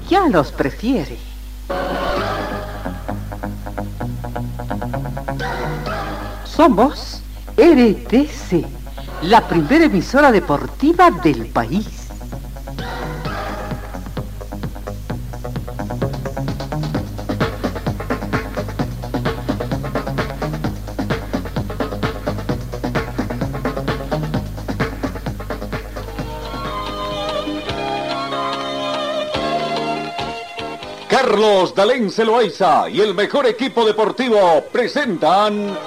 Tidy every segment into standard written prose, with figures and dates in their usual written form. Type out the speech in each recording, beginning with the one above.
ya los prefiere. Somos RTC, la primera emisora deportiva del país. Carlos Dalén Celoaiza y el mejor equipo deportivo presentan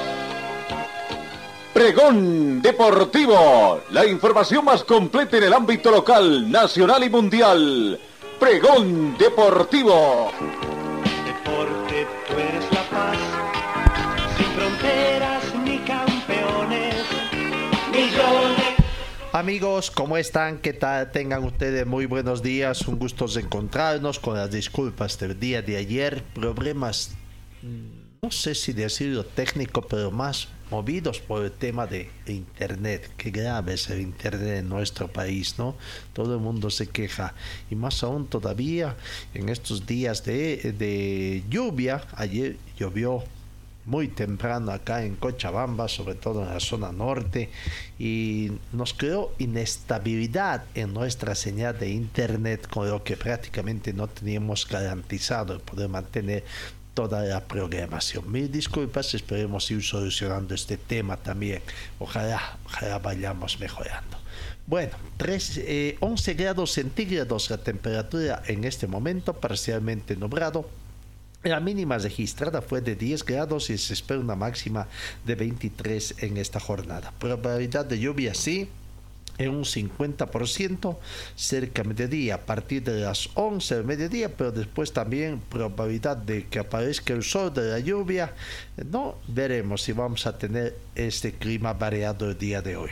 Pregón Deportivo, la información más completa en el ámbito local, nacional y mundial. Pregón Deportivo. Deporte, tú eres la paz, sin fronteras ni campeones, millones. Amigos, ¿cómo están? ¿Qué tal? Tengan ustedes muy buenos días. Un gusto encontrarnos, con las disculpas del día de ayer. Problemas, no sé si decirlo técnico, pero más movidos por el tema de internet. Qué grave es el internet en nuestro país, ¿no? Todo el mundo se queja. Y más aún todavía en estos días de lluvia. Ayer llovió muy temprano acá en Cochabamba, sobre todo en la zona norte, y nos creó inestabilidad en nuestra señal de internet, con lo que prácticamente no teníamos garantizado el poder mantener toda la programación. Mil disculpas, esperemos ir solucionando este tema también. Ojalá vayamos mejorando. Bueno, 11 grados centígrados la temperatura en este momento, parcialmente nublado. La mínima registrada fue de 10 grados y se espera una máxima de 23 en esta jornada. Probabilidad de lluvia sí, en un 50%, cerca de mediodía, a partir de las 11 del mediodía, pero después también probabilidad de que aparezca el sol de la lluvia. No veremos si vamos a tener este clima variado el día de hoy.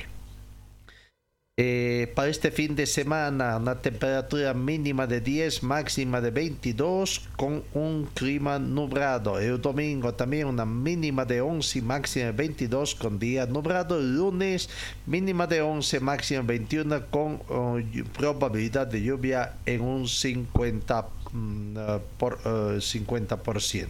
Para este fin de semana, una temperatura mínima de 10, máxima de 22, con un clima nublado. El domingo también una mínima de 11 y máxima de 22, con día nublado. El lunes, mínima de 11, máxima de 21, con probabilidad de lluvia en un 50%.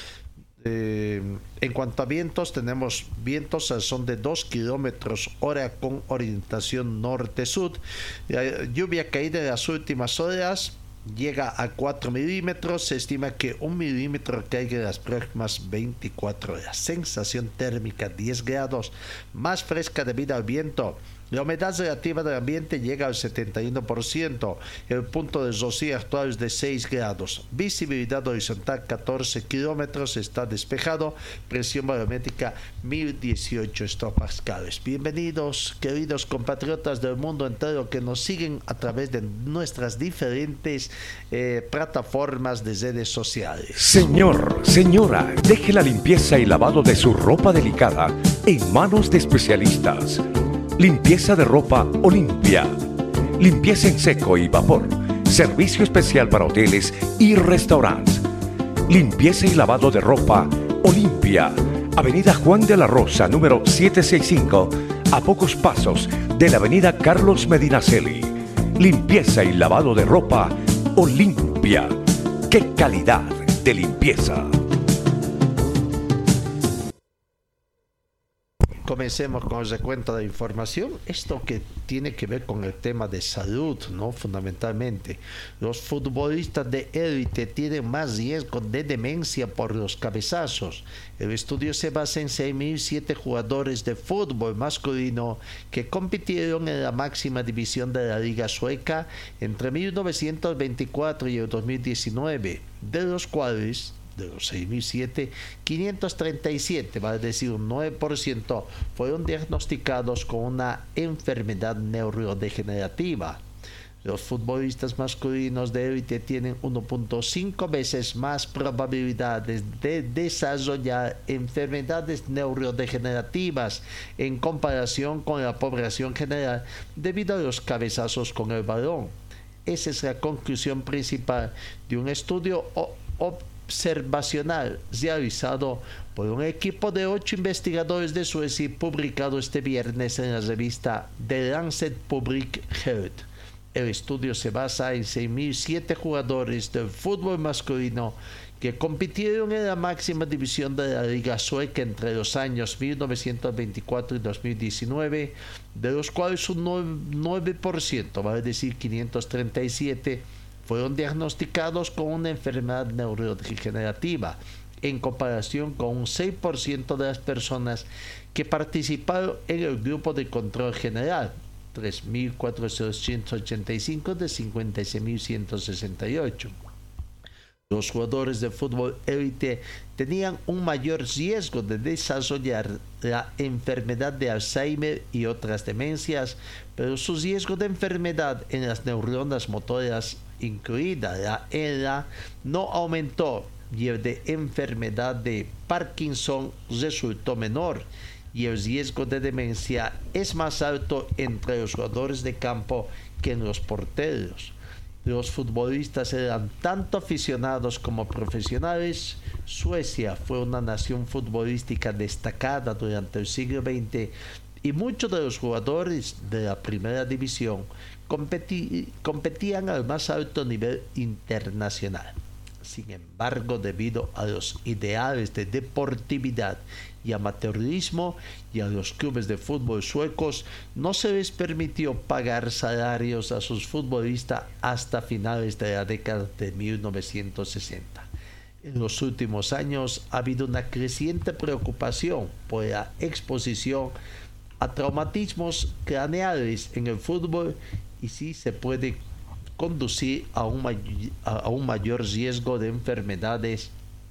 En cuanto a vientos, tenemos vientos al son de 2 kilómetros hora con orientación norte-sur. La lluvia caída en las últimas horas llega a 4 milímetros. Se estima que 1 milímetro caiga en las próximas 24 horas. Sensación térmica 10 grados, más fresca debido al viento. La humedad relativa del ambiente llega al 71%. El punto de rocío actual es de 6 grados. Visibilidad horizontal 14 kilómetros. Está despejado. Presión barométrica 1018 hectopascales. Bienvenidos, queridos compatriotas del mundo entero que nos siguen a través de nuestras diferentes plataformas de redes sociales. Señor, señora, deje la limpieza y lavado de su ropa delicada en manos de especialistas. Limpieza de ropa Olimpia. Limpieza en seco y vapor. Servicio especial para hoteles y restaurantes. Limpieza y lavado de ropa Olimpia. Avenida Juan de la Rosa, número 765, a pocos pasos de la avenida Carlos Medinaceli. Limpieza y lavado de ropa Olimpia. ¡Qué calidad de limpieza! Comencemos con el recuento de información. Esto que tiene que ver con el tema de salud, ¿no? Fundamentalmente, los futbolistas de élite tienen más riesgo de demencia por los cabezazos. El estudio se basa en 6.007 jugadores de fútbol masculino que compitieron en la máxima división de la Liga Sueca entre 1924 y el 2019, de los cuales, de los 6.007, 537, vale decir un 9%, fueron diagnosticados con una enfermedad neurodegenerativa. Los futbolistas masculinos de élite tienen 1.5 veces más probabilidades de desarrollar enfermedades neurodegenerativas en comparación con la población general debido a los cabezazos con el balón. Esa es la conclusión principal de un estudio observacional realizado por un equipo de 8 investigadores de Suecia y publicado este viernes en la revista The Lancet Public Health. El estudio se basa en 6.007 jugadores del fútbol masculino que compitieron en la máxima división de la Liga Sueca entre los años 1924 y 2019, de los cuales un 9%, vale decir 537, fueron diagnosticados con una enfermedad neurodegenerativa, en comparación con un 6% de las personas que participaron en el grupo de control general, 3.485 de 56.168. Los jugadores de fútbol élite tenían un mayor riesgo de desarrollar la enfermedad de Alzheimer y otras demencias, pero su riesgo de enfermedad en las neuronas motoras, incluida la ELA, no aumentó, y el de enfermedad de Parkinson resultó menor, y el riesgo de demencia es más alto entre los jugadores de campo que en los porteros. Los futbolistas eran tanto aficionados como profesionales. Suecia fue una nación futbolística destacada durante el siglo XX y muchos de los jugadores de la primera división competían al más alto nivel internacional. Sin embargo, debido a los ideales de deportividad y amateurismo y a los clubes de fútbol suecos, no se les permitió pagar salarios a sus futbolistas hasta finales de la década de 1960. En los últimos años ha habido una creciente preocupación por la exposición a traumatismos craneales en el fútbol y si se puede conducir a un mayor riesgo de enfermedades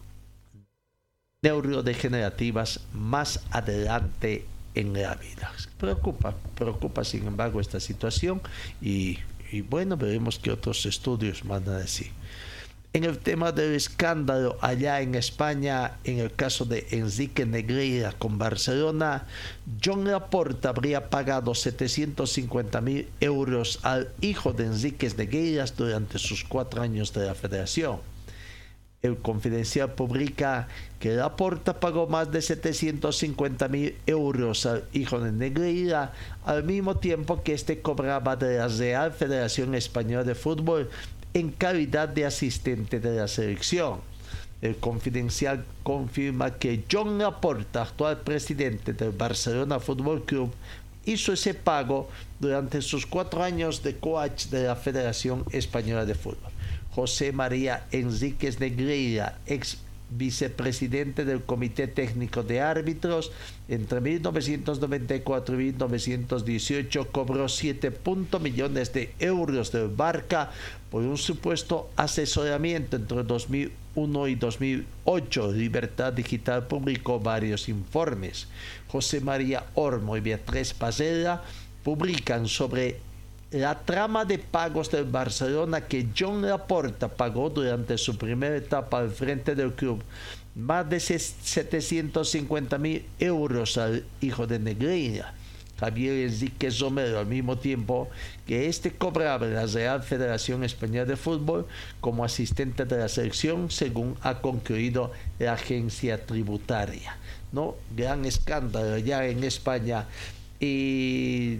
neurodegenerativas más adelante en la vida. Preocupa sin embargo esta situación y bueno, veremos qué otros estudios van a decir. En el tema del escándalo allá en España, en el caso de Enrique Negreira con Barcelona, Joan Laporta habría pagado 750.000 euros al hijo de Enrique Negreira durante sus 4 años de la federación. El Confidencial publica que Laporta pagó más de 750.000 euros al hijo de Negreira, al mismo tiempo que este cobraba de la Real Federación Española de Fútbol en calidad de asistente de la selección. El Confidencial confirma que Joan Laporta, actual presidente del Barcelona Fútbol Club, hizo ese pago durante sus 4 años de coach de la Federación Española de Fútbol. José María Enríquez Negreira, ex vicepresidente del Comité Técnico de Árbitros, entre 1994 y 1918 cobró 7 millones de euros del Barça por un supuesto asesoramiento entre 2001 y 2008. Libertad Digital publicó varios informes. José María Olmo y Beatriz Pasella publican sobre la trama de pagos del Barcelona, que Joan Laporta pagó durante su primera etapa al frente del club más de 750.000 euros al hijo de Negreira, Javier Enrique Romero, al mismo tiempo que este cobraba en la Real Federación Española de Fútbol como asistente de la selección, según ha concluido la agencia tributaria. ¿No? Gran escándalo ya en España, y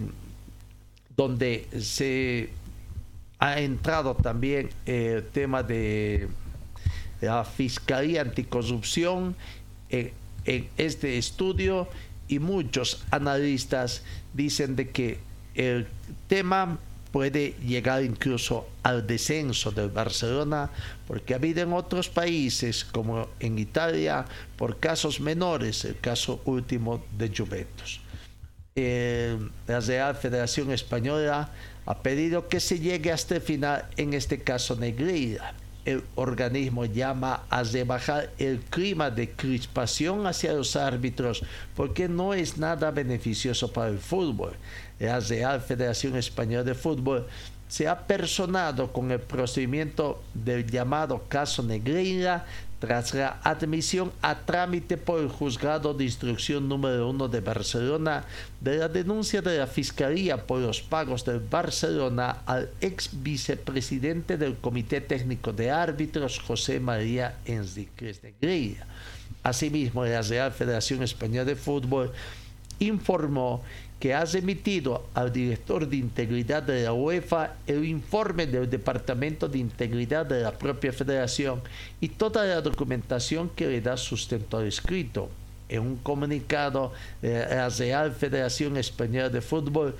donde se ha entrado también el tema de la Fiscalía Anticorrupción en este estudio, y muchos analistas dicen de que el tema puede llegar incluso al descenso del Barcelona, porque ha habido en otros países como en Italia por casos menores, el caso último de Juventus. La Real Federación Española ha pedido que se llegue hasta el final en este caso Negreira. El organismo llama a rebajar el clima de crispación hacia los árbitros, porque no es nada beneficioso para el fútbol. La Real Federación Española de Fútbol se ha personado con el procedimiento del llamado caso Negreira tras la admisión a trámite por el Juzgado de Instrucción número 1 de Barcelona de la denuncia de la Fiscalía por los pagos del Barcelona al ex vicepresidente del Comité Técnico de Árbitros, José María Enríquez Negreira. Asimismo, la Real Federación Española de Fútbol informó que ha remitido al director de integridad de la UEFA el informe del Departamento de Integridad de la propia federación y toda la documentación que le da sustento al escrito. En un comunicado, la Real Federación Española de Fútbol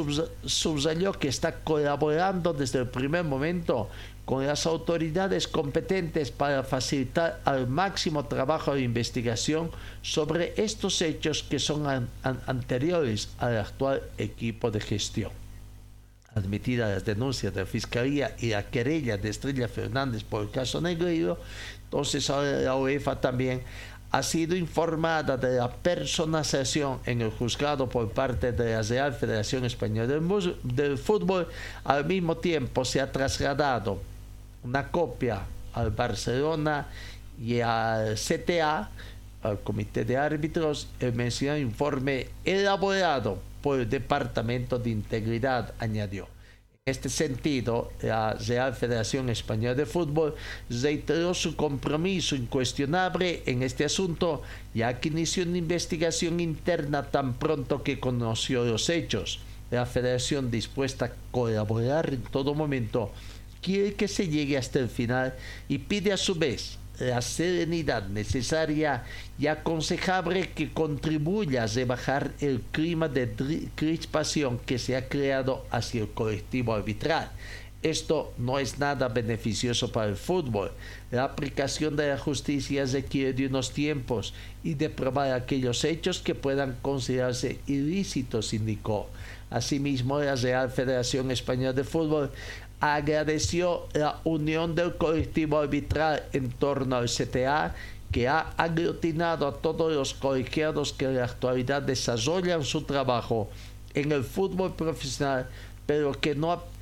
subrayó que está colaborando desde el primer momento con las autoridades competentes para facilitar al máximo trabajo de investigación sobre estos hechos que son anteriores al actual equipo de gestión. Admitidas las denuncias de la Fiscalía y la querella de Estrella Fernández por el caso Negreiro, entonces ahora la UEFA también ha sido informada de la personalización en el juzgado por parte de la Real Federación Española del Fútbol. Al mismo tiempo se ha trasladado una copia al Barcelona y al CTA, al Comité de Árbitros, el mencionado informe elaborado por el Departamento de Integridad, añadió. En este sentido, la Real Federación Española de Fútbol reiteró su compromiso incuestionable en este asunto, ya que inició una investigación interna tan pronto que conoció los hechos. La Federación, dispuesta a colaborar en todo momento, quiere que se llegue hasta el final y pide a su vez la serenidad necesaria y aconsejable que contribuya a rebajar el clima de crispación que se ha creado hacia el colectivo arbitral. Esto no es nada beneficioso para el fútbol. La aplicación de la justicia requiere de unos tiempos y de probar aquellos hechos que puedan considerarse ilícitos, indicó. Asimismo, la Real Federación Española de Fútbol agradeció la unión del colectivo arbitral en torno al CTA, que ha aglutinado a todos los colegiados que en la actualidad desarrollan su trabajo en el fútbol profesional, pero que no ha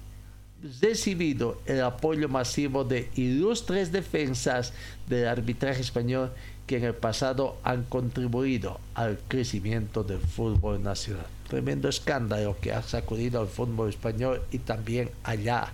recibido el apoyo masivo de ilustres defensas del arbitraje español que en el pasado han contribuido al crecimiento del fútbol nacional. Tremendo escándalo que ha sacudido al fútbol español y también allá,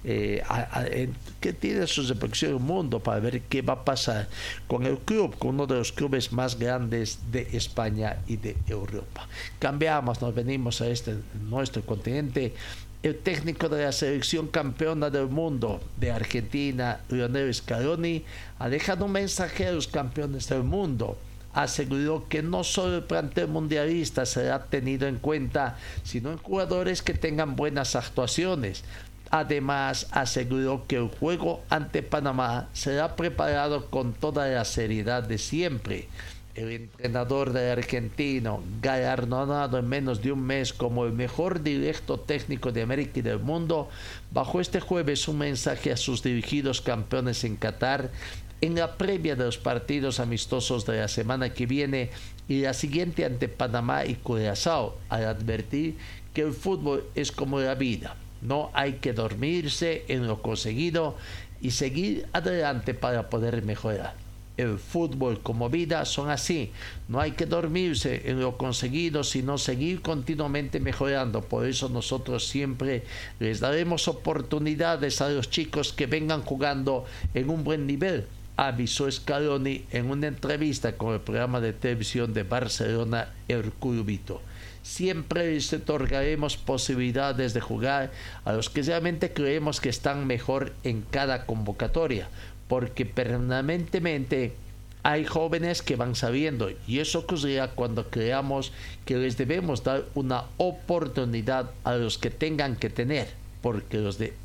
que tiene su repercusión en el mundo, para ver qué va a pasar con el club, con uno de los clubes más grandes de España y de Europa. Cambiamos, nos venimos a nuestro continente. El técnico de la selección campeona del mundo de Argentina, Lionel Scaloni, ha dejado un mensaje a los campeones del mundo. Aseguró que no solo el plantel mundialista será tenido en cuenta, sino en jugadores que tengan buenas actuaciones. Además, aseguró que el juego ante Panamá será preparado con toda la seriedad de siempre. El entrenador del argentino, galardonado en menos de un mes como el mejor director técnico de América y del mundo, bajó este jueves un mensaje a sus dirigidos campeones en Qatar en la previa de los partidos amistosos de la semana que viene y la siguiente ante Panamá y Curazao, al advertir que el fútbol es como la vida. No hay que dormirse en lo conseguido y seguir adelante para poder mejorar. El fútbol como vida son así, no hay que dormirse en lo conseguido, sino seguir continuamente mejorando. Por eso nosotros siempre les daremos oportunidades a los chicos que vengan jugando en un buen nivel, avisó Scaloni en una entrevista con el programa de televisión de Barcelona, El Curubito. Siempre les otorgaremos posibilidades de jugar a los que realmente creemos que están mejor en cada convocatoria, porque permanentemente hay jóvenes que van sabiendo, y eso ocurrirá cuando creamos que les debemos dar una oportunidad a los que tengan que tener, porque los de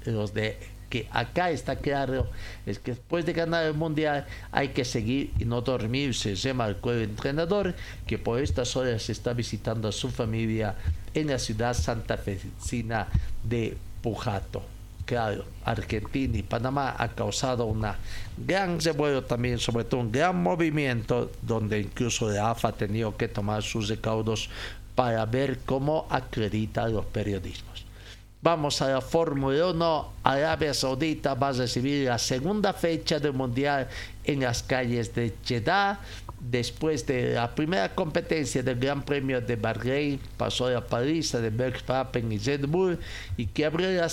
que acá está claro es que después de ganar el mundial hay que seguir y no dormirse, remarcó el entrenador, que por estas horas está visitando a su familia en la ciudad santafesina de Pujato. Claro, Argentina y Panamá ha causado una gran revuelo también, sobre todo un gran movimiento, donde incluso la AFA ha tenido que tomar sus recaudos para ver cómo acredita a los periodistas. Vamos a la Fórmula 1. Arabia Saudita va a recibir la segunda fecha del Mundial en las calles de Jeddah. Después de la primera competencia del Gran Premio de Bahrein, pasó a la paliza de Verstappen y Red Bull, y que abrió la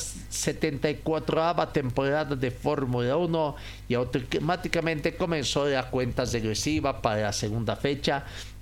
74ª temporada de Fórmula 1 y automáticamente comenzó la cuenta regresiva para la segunda fecha,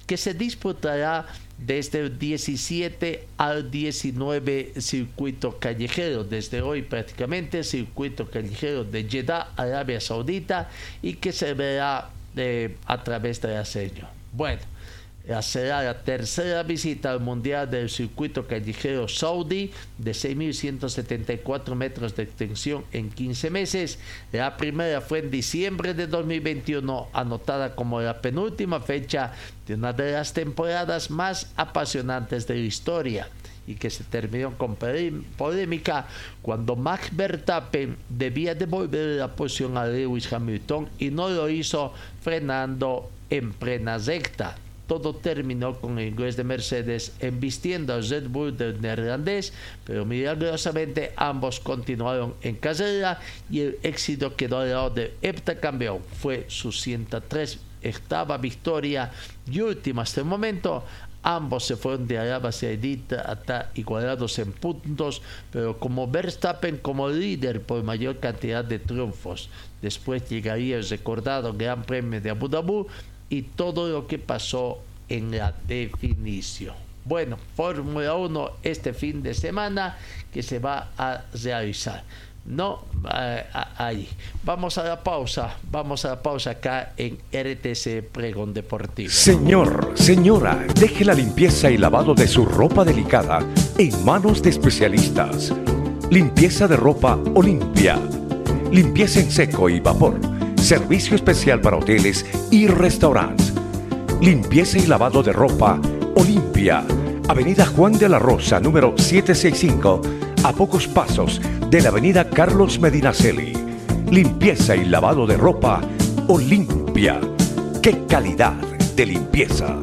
que se disputará desde el 17 al 19 circuito callejero, desde hoy prácticamente, circuito callejero de Jeddah, Arabia Saudita, y que se verá a través de la señal. Bueno, será la tercera visita al Mundial del circuito callejero saudí de 6.174 metros de extensión en 15 meses. La primera fue en diciembre de 2021, anotada como la penúltima fecha de una de las temporadas más apasionantes de la historia, y que se terminó con polémica cuando Max Verstappen debía devolver la posición a Lewis Hamilton y no lo hizo, frenando en plena recta. Todo terminó con el inglés de Mercedes embistiendo al Red Bull del neerlandés, pero milagrosamente ambos continuaron en carrera y el éxito quedó al lado del heptacampeón. Fue su 103ª victoria y última hasta el momento. Ambos se fueron de Arabia Saudita hasta igualados en puntos, pero como Verstappen como líder por mayor cantidad de triunfos. Después llegaría el recordado Gran Premio de Abu Dhabi y todo lo que pasó en la definición. Bueno, Fórmula 1 este fin de semana que se va a realizar. Ahí. Vamos a la pausa acá en RTC Pregón Deportivo. Señor, señora, deje la limpieza y lavado de su ropa delicada en manos de especialistas. Limpieza de ropa Olimpia. Limpieza en seco y vapor. Servicio especial para hoteles y restaurantes. Limpieza y lavado de ropa Olimpia. Avenida Juan de la Rosa, número 765, a pocos pasos de la avenida Carlos Medinaceli. Limpieza y lavado de ropa Olimpia. ¡Qué calidad de limpieza!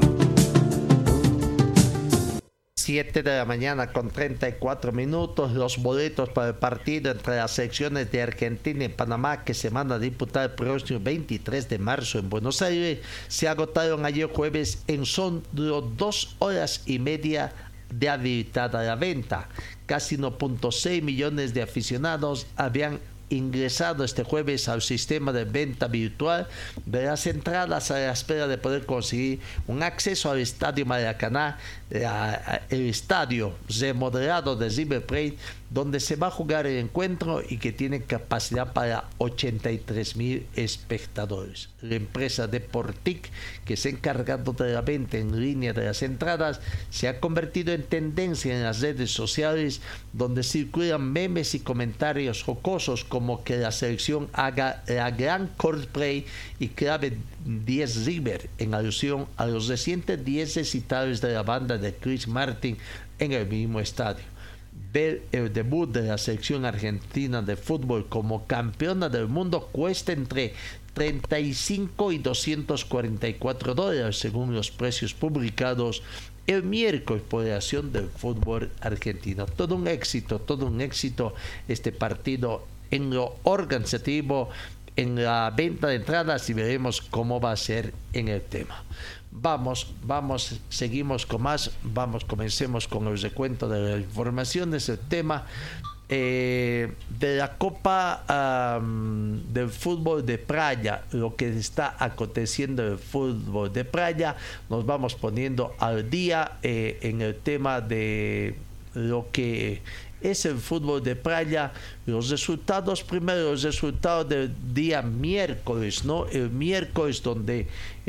7 de la mañana con 34 minutos. Los boletos para el partido entre las selecciones de Argentina y Panamá, que se van a disputar el próximo 23 de marzo en Buenos Aires, se agotaron ayer jueves en solo 2 horas y media de habilitada la venta. Casi 1.6 millones de aficionados habían ingresado este jueves al sistema de venta virtual de las entradas a la espera de poder conseguir un acceso al Estadio Maracaná, el estadio remodelado de River Plate, donde se va a jugar el encuentro y que tiene capacidad para 83.000 espectadores. La empresa Deportic, que se ha encargado de la venta en línea de las entradas, se ha convertido en tendencia en las redes sociales, donde circulan memes y comentarios jocosos como que la selección haga la gran cosplay y clave 10 River, en alusión a los recientes 10 recitales de la banda de Chris Martin en el mismo estadio. Ver el debut de la selección argentina de fútbol como campeona del mundo cuesta entre $35 y $244 según los precios publicados el miércoles por la Asociación del Fútbol Argentino. Todo un éxito este partido en lo organizativo, en la venta de entradas, y veremos cómo va a ser en el tema. Seguimos con más. Comencemos con el recuento de las informaciones. El tema de la Copa del Fútbol de Playa, lo que está aconteciendo en el fútbol de playa. Nos vamos poniendo al día en el tema de lo que es el fútbol de playa. Los resultados del día miércoles, ¿no? El miércoles, donde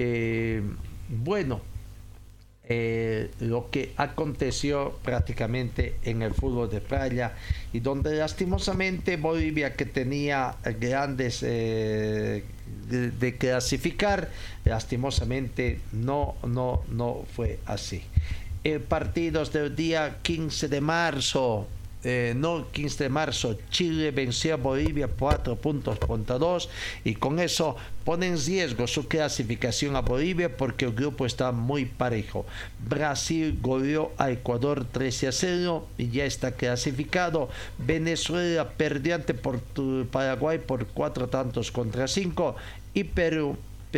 lo que aconteció prácticamente en el fútbol de playa, y donde lastimosamente Bolivia, que tenía grandes de clasificar, lastimosamente no fue así. Partidos del día 15 de marzo. 15 de marzo, Chile venció a Bolivia 4 puntos contra 2, y con eso pone en riesgo su clasificación a Bolivia, porque el grupo está muy parejo. Brasil goleó a Ecuador 13-0 y ya está clasificado. Venezuela perdió ante Paraguay por 4 tantos contra 5, y Perú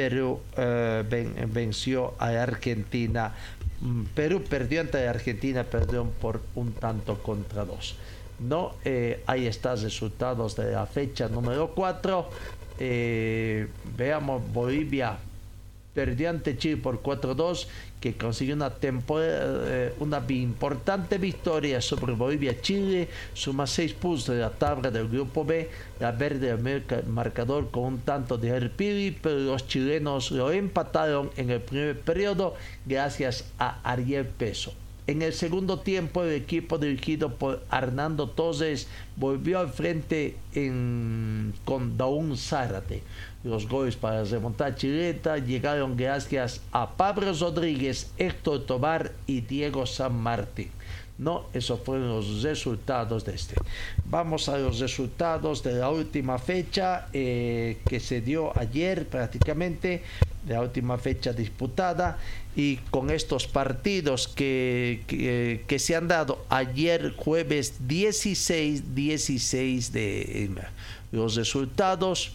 venció a Argentina. Perú perdió ante Argentina, por 1 tanto contra 2. Ahí están resultados de la fecha número 4. Veamos Bolivia perdió ante Chile por 4-2, que consiguió una importante victoria sobre Bolivia-Chile, suma 6 puntos de la tabla del grupo B. La verde el marcador con un tanto de Herpili, pero los chilenos lo empataron en el primer periodo gracias a Ariel Peso. En el segundo tiempo, el equipo dirigido por Hernando Torres volvió al frente con Daún Zárate. Los goles para remontar chilena llegaron gracias a Pablo Rodríguez, Héctor Tobar y Diego San Martín. No, esos fueron los resultados de este. Vamos a los resultados de la última fecha que se dio ayer prácticamente, la última fecha disputada, y con estos partidos que se han dado ayer jueves 16 de los resultados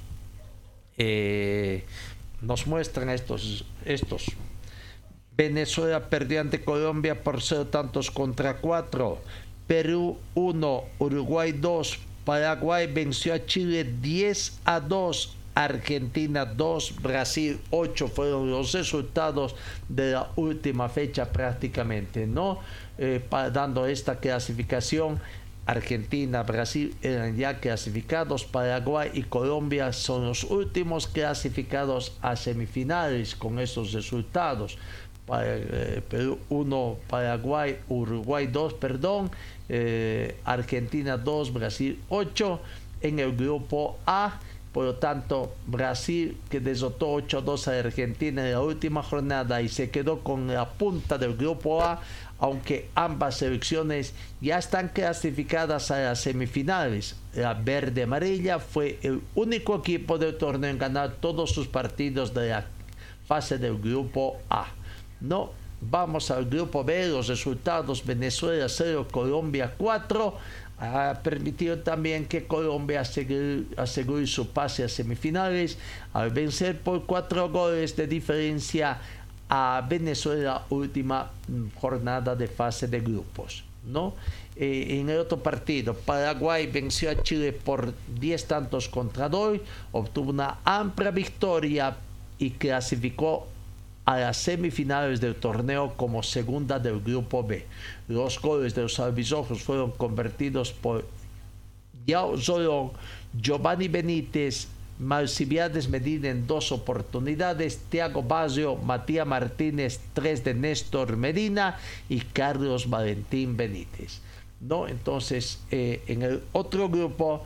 nos muestran estos. Venezuela perdió ante Colombia por 0-4. Perú 1, Uruguay 2, Paraguay venció a Chile 10-2. Argentina 2, Brasil 8 fueron los resultados de la última fecha prácticamente, ¿no? Dando esta clasificación, Argentina, Brasil eran ya clasificados, Paraguay y Colombia son los últimos clasificados a semifinales con estos resultados. Perú 1, Paraguay, Uruguay 2, Argentina 2, Brasil 8 en el grupo A. Por lo tanto, Brasil, que derrotó 8-2 a Argentina en la última jornada y se quedó con la punta del grupo A, aunque ambas selecciones ya están clasificadas a las semifinales. La verde amarilla fue el único equipo del torneo en ganar todos sus partidos de la fase del grupo A. No, vamos al grupo B, los resultados: Venezuela 0, Colombia 4. Ha permitido también que Colombia asegure su pase a semifinales al vencer por 4 goles de diferencia a Venezuela, última jornada de fase de grupos, ¿no? En el otro partido, Paraguay venció a Chile por 10-2, obtuvo una amplia victoria y clasificó a las semifinales del torneo como segunda del grupo B. Los goles de los albirrojos fueron convertidos por Yao Zolón, Giovanni Benítez, Marcibiades Medina en 2 oportunidades, Thiago Barrio, Matías Martínez 3 de Néstor Medina y Carlos Valentín Benítez, ¿no? Entonces, en el otro grupo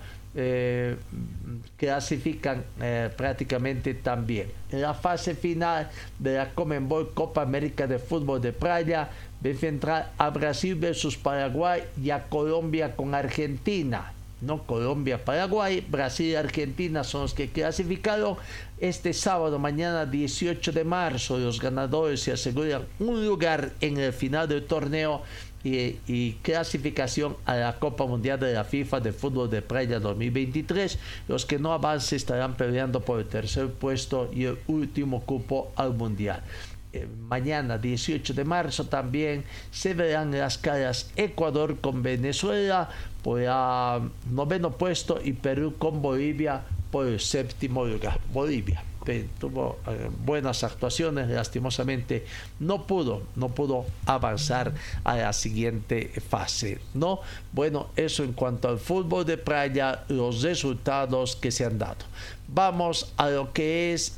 clasifican prácticamente también. En la fase final de la Conmebol Copa América de Fútbol de Playa, enfrentar a Brasil versus Paraguay y a Colombia con Argentina, ¿no? Colombia, Paraguay, Brasil y Argentina son los que clasificaron. Este sábado, mañana 18 de marzo, los ganadores se aseguran un lugar en el final del torneo y clasificación a la Copa Mundial de la FIFA de Fútbol de Playa 2023. Los que no avancen estarán peleando por el tercer puesto y el último cupo al Mundial. Mañana 18 de marzo también se verán las caras Ecuador con Venezuela por el 9º puesto y Perú con Bolivia por el 7º lugar. Bolivia tuvo buenas actuaciones, lastimosamente no pudo avanzar a la siguiente fase, ¿no? Bueno, eso en cuanto al fútbol de playa, los resultados que se han dado. Vamos a lo que es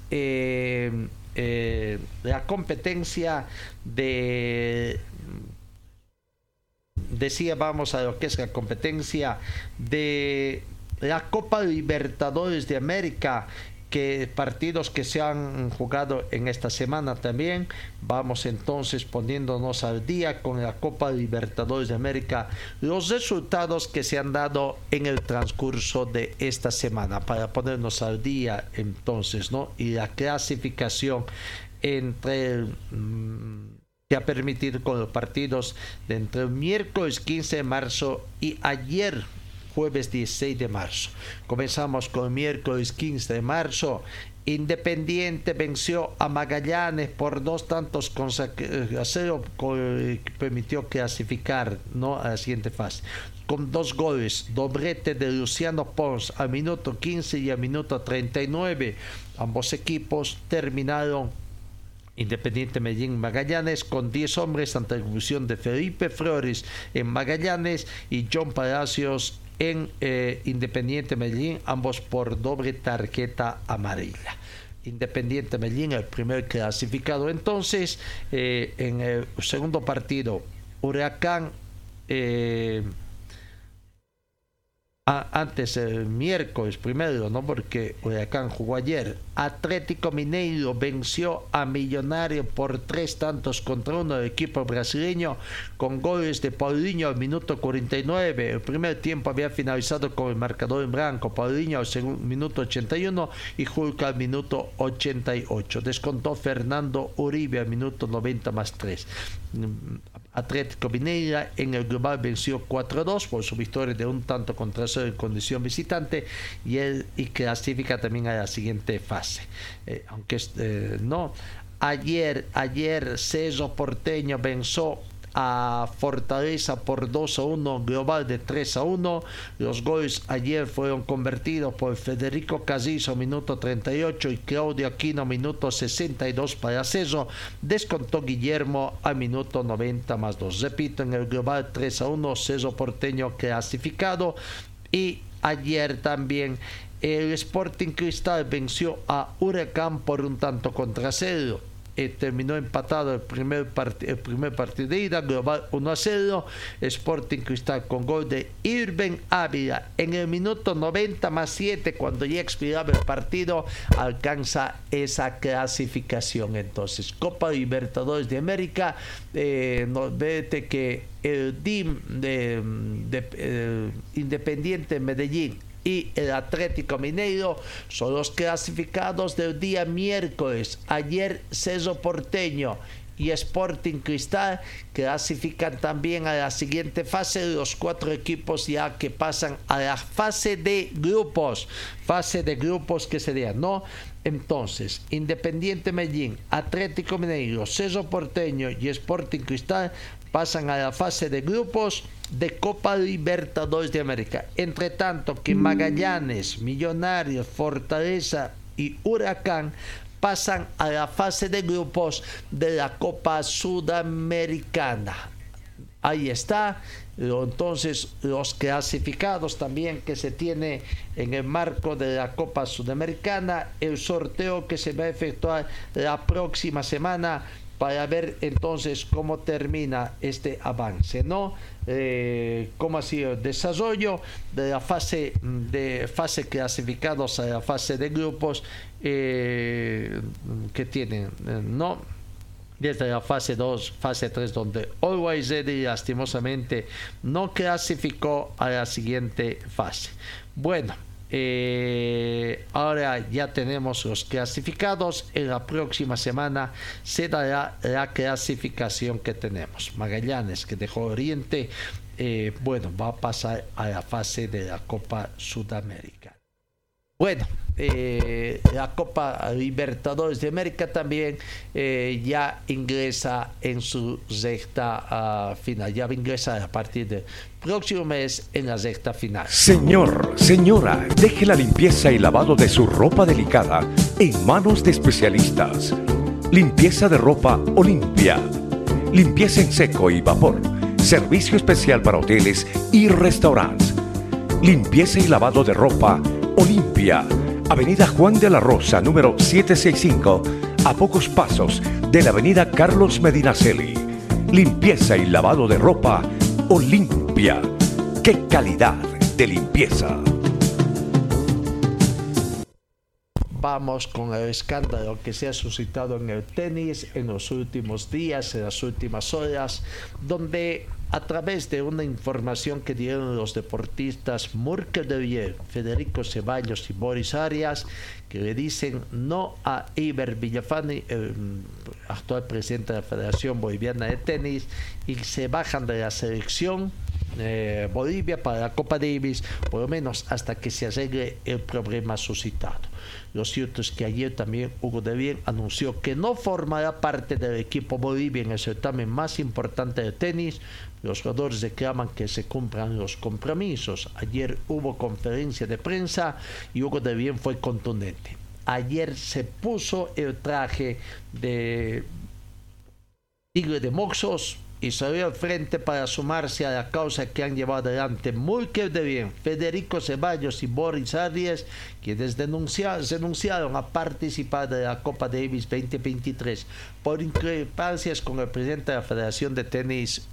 la competencia vamos a lo que es la competencia de la Copa Libertadores de América, que partidos que se han jugado en esta semana también. Vamos entonces poniéndonos al día con la Copa Libertadores de América, los resultados que se han dado en el transcurso de esta semana, para ponernos al día entonces, ¿no? Y la clasificación entre que ha permitido con los partidos de entre el miércoles 15 de marzo y ayer jueves 16 de marzo. Comenzamos con el miércoles 15 de marzo. Independiente venció a Magallanes por 2-0, permitió clasificar, ¿no?, a la siguiente fase. Con 2 goles, doblete de Luciano Pons al minuto 15 y al minuto 39. Ambos equipos terminaron Independiente Medellín Magallanes con 10 hombres ante la expulsión de Felipe Flores en Magallanes y John Palacios en Independiente Medellín, ambos por doble tarjeta amarilla. Independiente Medellín, el primer clasificado. Entonces, en el segundo partido, Huracán, antes el miércoles primero, ¿no? Porque Huracán jugó ayer. Atlético Mineiro venció a Millonario por 3-1 el equipo brasileño con goles de Paulinho al minuto 49. El primer tiempo había finalizado con el marcador en blanco. Paulinho al minuto 81 y Hulk al minuto 88. Descontó Fernando Uribe al minuto 90 más 3. Atlético Mineiro en el global venció 4-2 por su victoria de 1-0 en condición visitante y clasifica también a la siguiente fase. Aunque no, ayer Cerro Porteño venció a Fortaleza por 2-1, global de 3-1. Los goles ayer fueron convertidos por Federico Casillo, minuto 38, y Claudio Aquino, minuto 62 para Cerro. Descontó Guillermo al minuto 90 más 2. Repito, en el global 3-1, Cerro Porteño clasificado. Y ayer también el Sporting Cristal venció a Huracán por 1-0. Terminó empatado el primer partido de ida, global 1-0. Sporting Cristal con gol de Irben Ávila en el minuto 90 más 7, cuando ya expiraba el partido, alcanza esa clasificación. Entonces, Copa Libertadores de América, nos vete que el DIM de Independiente Medellín y el Atlético Mineiro son los clasificados del día miércoles. Ayer Cerro Porteño y Sporting Cristal clasifican también a la siguiente fase, los 4 equipos ya que pasan a la fase de grupos que sería, ¿no? Entonces, Independiente Medellín, Atlético Mineiro, Cerro Porteño y Sporting Cristal pasan a la fase de grupos de Copa Libertadores de América. Entre tanto que Magallanes, Millonarios, Fortaleza y Huracán pasan a la fase de grupos de la Copa Sudamericana. Ahí está. Entonces, los clasificados también que se tiene en el marco de la Copa Sudamericana, el sorteo que se va a efectuar la próxima semana para ver entonces cómo termina este avance, ¿no? Cómo ha sido el desarrollo de la fase clasificados a la fase de grupos que tienen, ¿no? Desde la fase 2, fase 3, donde Always Ready lastimosamente no clasificó a la siguiente fase. Bueno, ahora ya tenemos los clasificados. En la próxima semana se dará la clasificación que tenemos. Magallanes, que dejó Oriente, va a pasar a la fase de la Copa Sudamérica. Bueno, la Copa Libertadores de América también ya ingresa en su recta final. Ya va a ingresar a partir del próximo mes en la recta final. Señor, señora, deje la limpieza y lavado de su ropa delicada en manos de especialistas. Limpieza de ropa Olimpia. Limpieza en seco y vapor. Servicio especial para hoteles y restaurantes. Limpieza y lavado de ropa Olimpia, Avenida Juan de la Rosa, número 765, a pocos pasos de la Avenida Carlos Medinaceli. Limpieza y lavado de ropa Olimpia. ¡Qué calidad de limpieza! Vamos con el escándalo que se ha suscitado en el tenis en los últimos días, en las últimas horas, donde a través de una información que dieron los deportistas Murkel de Vier, Federico Ceballos y Boris Arias, que le dicen no a Iber Villafani, el actual presidente de la Federación Boliviana de Tenis, y se bajan de la selección Bolivia para la Copa Davis, por lo menos hasta que se arregle el problema suscitado. Lo cierto es que ayer también Hugo de Bien anunció que no formará parte del equipo Bolivia en el certamen más importante de tenis. Los jugadores reclaman que se cumplan los compromisos. Ayer hubo conferencia de prensa y Hugo de Bien fue contundente. ayer se puso el traje de Tigre de Moxos y salió al frente para sumarse a la causa que han llevado adelante Murkel de Bien, Federico Ceballos y Boris Arias, quienes denunciaron a participar de la Copa Davis 2023 por discrepancias con el presidente de la Federación de Tenis,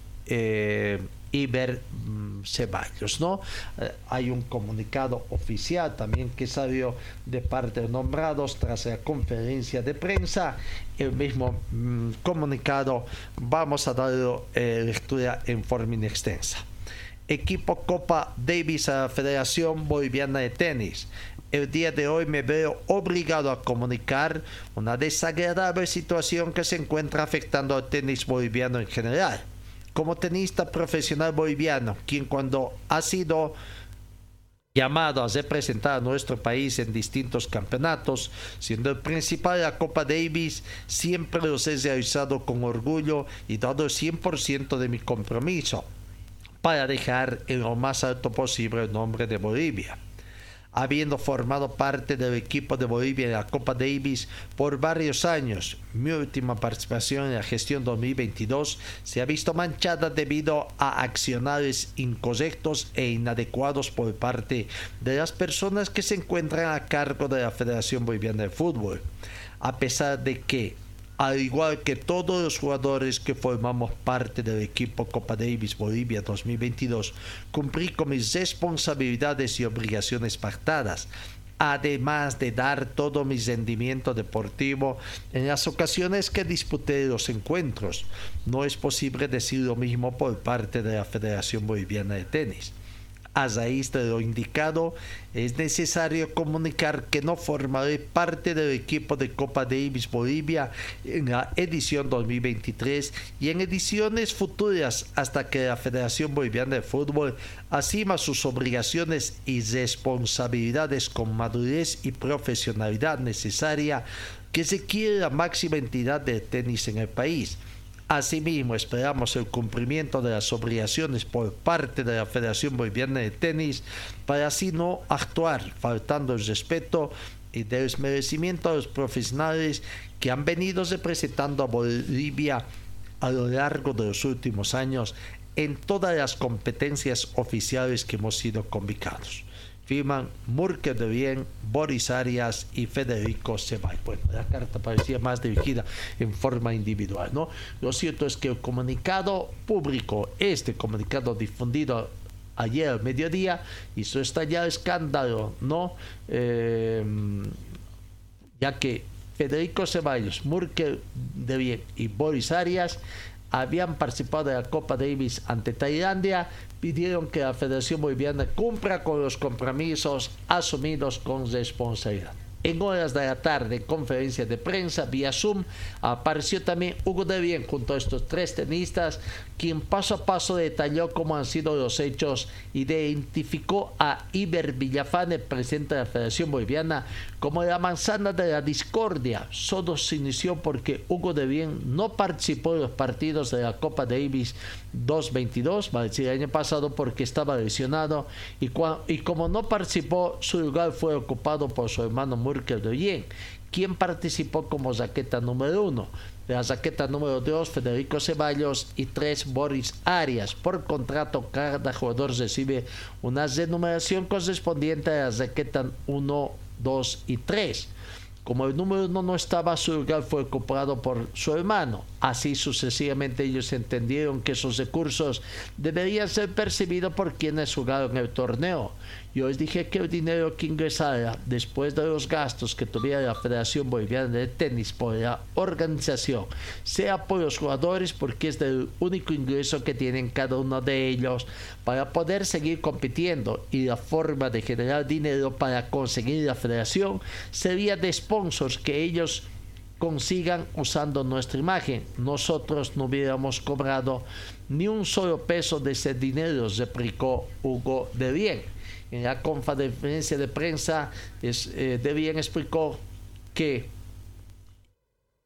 Iber Ceballos, ¿no? Hay un comunicado oficial también que salió de parte de nombrados tras la conferencia de prensa. El mismo comunicado vamos a darle lectura en forma inextensa. Equipo Copa Davis a la Federación Boliviana de Tenis. El día de hoy me veo obligado a comunicar una desagradable situación que se encuentra afectando al tenis boliviano en general. Como tenista profesional boliviano, quien cuando ha sido llamado a representar a nuestro país en distintos campeonatos, siendo el principal de la Copa Davis, siempre los he realizado con orgullo y dado el 100% de mi compromiso para dejar en lo más alto posible el nombre de Bolivia. Habiendo formado parte del equipo de Bolivia en la Copa Davis por varios años, mi última participación en la gestión 2022 se ha visto manchada debido a accionarios incorrectos e inadecuados por parte de las personas que se encuentran a cargo de la Federación Boliviana de Fútbol. A pesar de que, al igual que todos los jugadores que formamos parte del equipo Copa Davis Bolivia 2022, cumplí con mis responsabilidades y obligaciones pactadas, además de dar todo mi rendimiento deportivo en las ocasiones que disputé los encuentros. No es posible decir lo mismo por parte de la Federación Boliviana de Tenis. A raíz de lo indicado, es necesario comunicar que no formaré parte del equipo de Copa Davis Bolivia en la edición 2023 y en ediciones futuras hasta que la Federación Boliviana de Fútbol asuma sus obligaciones y responsabilidades con madurez y profesionalidad necesaria que requiere la máxima entidad del tenis en el país. Asimismo, esperamos el cumplimiento de las obligaciones por parte de la Federación Boliviana de Tenis para así no actuar faltando el respeto y desmerecimiento a los profesionales que han venido representando a Bolivia a lo largo de los últimos años en todas las competencias oficiales que hemos sido convocados. Firman Murkel de Bien, Boris Arias y Federico Ceballos. Bueno, la carta parecía más dirigida en forma individual, ¿no? Lo cierto es que el comunicado público, este comunicado difundido ayer al mediodía, hizo estallar escándalo, ¿no? Ya que Federico Ceballos, Murkel de Bien y Boris Arias habían participado de la Copa Davis ante Tailandia, pidieron que la Federación Boliviana cumpla con los compromisos asumidos con responsabilidad. En horas de la tarde, en conferencia de prensa vía Zoom, apareció también Hugo de Bien junto a estos tres tenistas, quien paso a paso detalló cómo han sido los hechos y identificó a Iber Villafán, el presidente de la Federación Boliviana, como la manzana de la discordia. Todo se inició porque Hugo de Bien no participó en los partidos de la Copa Davis 2022, va a decir el año pasado, porque estaba lesionado y como no participó, su lugar fue ocupado por su hermano Murkel de Bien, quien participó como raqueta número 1. De la raqueta número 2, Federico Ceballos, y 3, Boris Arias. Por contrato, cada jugador recibe una renumeración correspondiente a la raqueta 1, 2 y 3. Como el número 1 no estaba, su lugar fue ocupado por su hermano. Así sucesivamente ellos entendieron que esos recursos deberían ser percibidos por quienes jugaron el torneo. Yo les dije que el dinero que ingresara después de los gastos que tuviera la Federación Boliviana de Tenis por la organización, sea por los jugadores, porque es el único ingreso que tienen cada uno de ellos para poder seguir compitiendo, y la forma de generar dinero para conseguir la federación sería de sponsors que ellos consigan usando nuestra imagen. Nosotros no hubiéramos cobrado ni un solo peso de ese dinero, replicó Hugo de Bien. En la conferencia de prensa, De Bien explicó que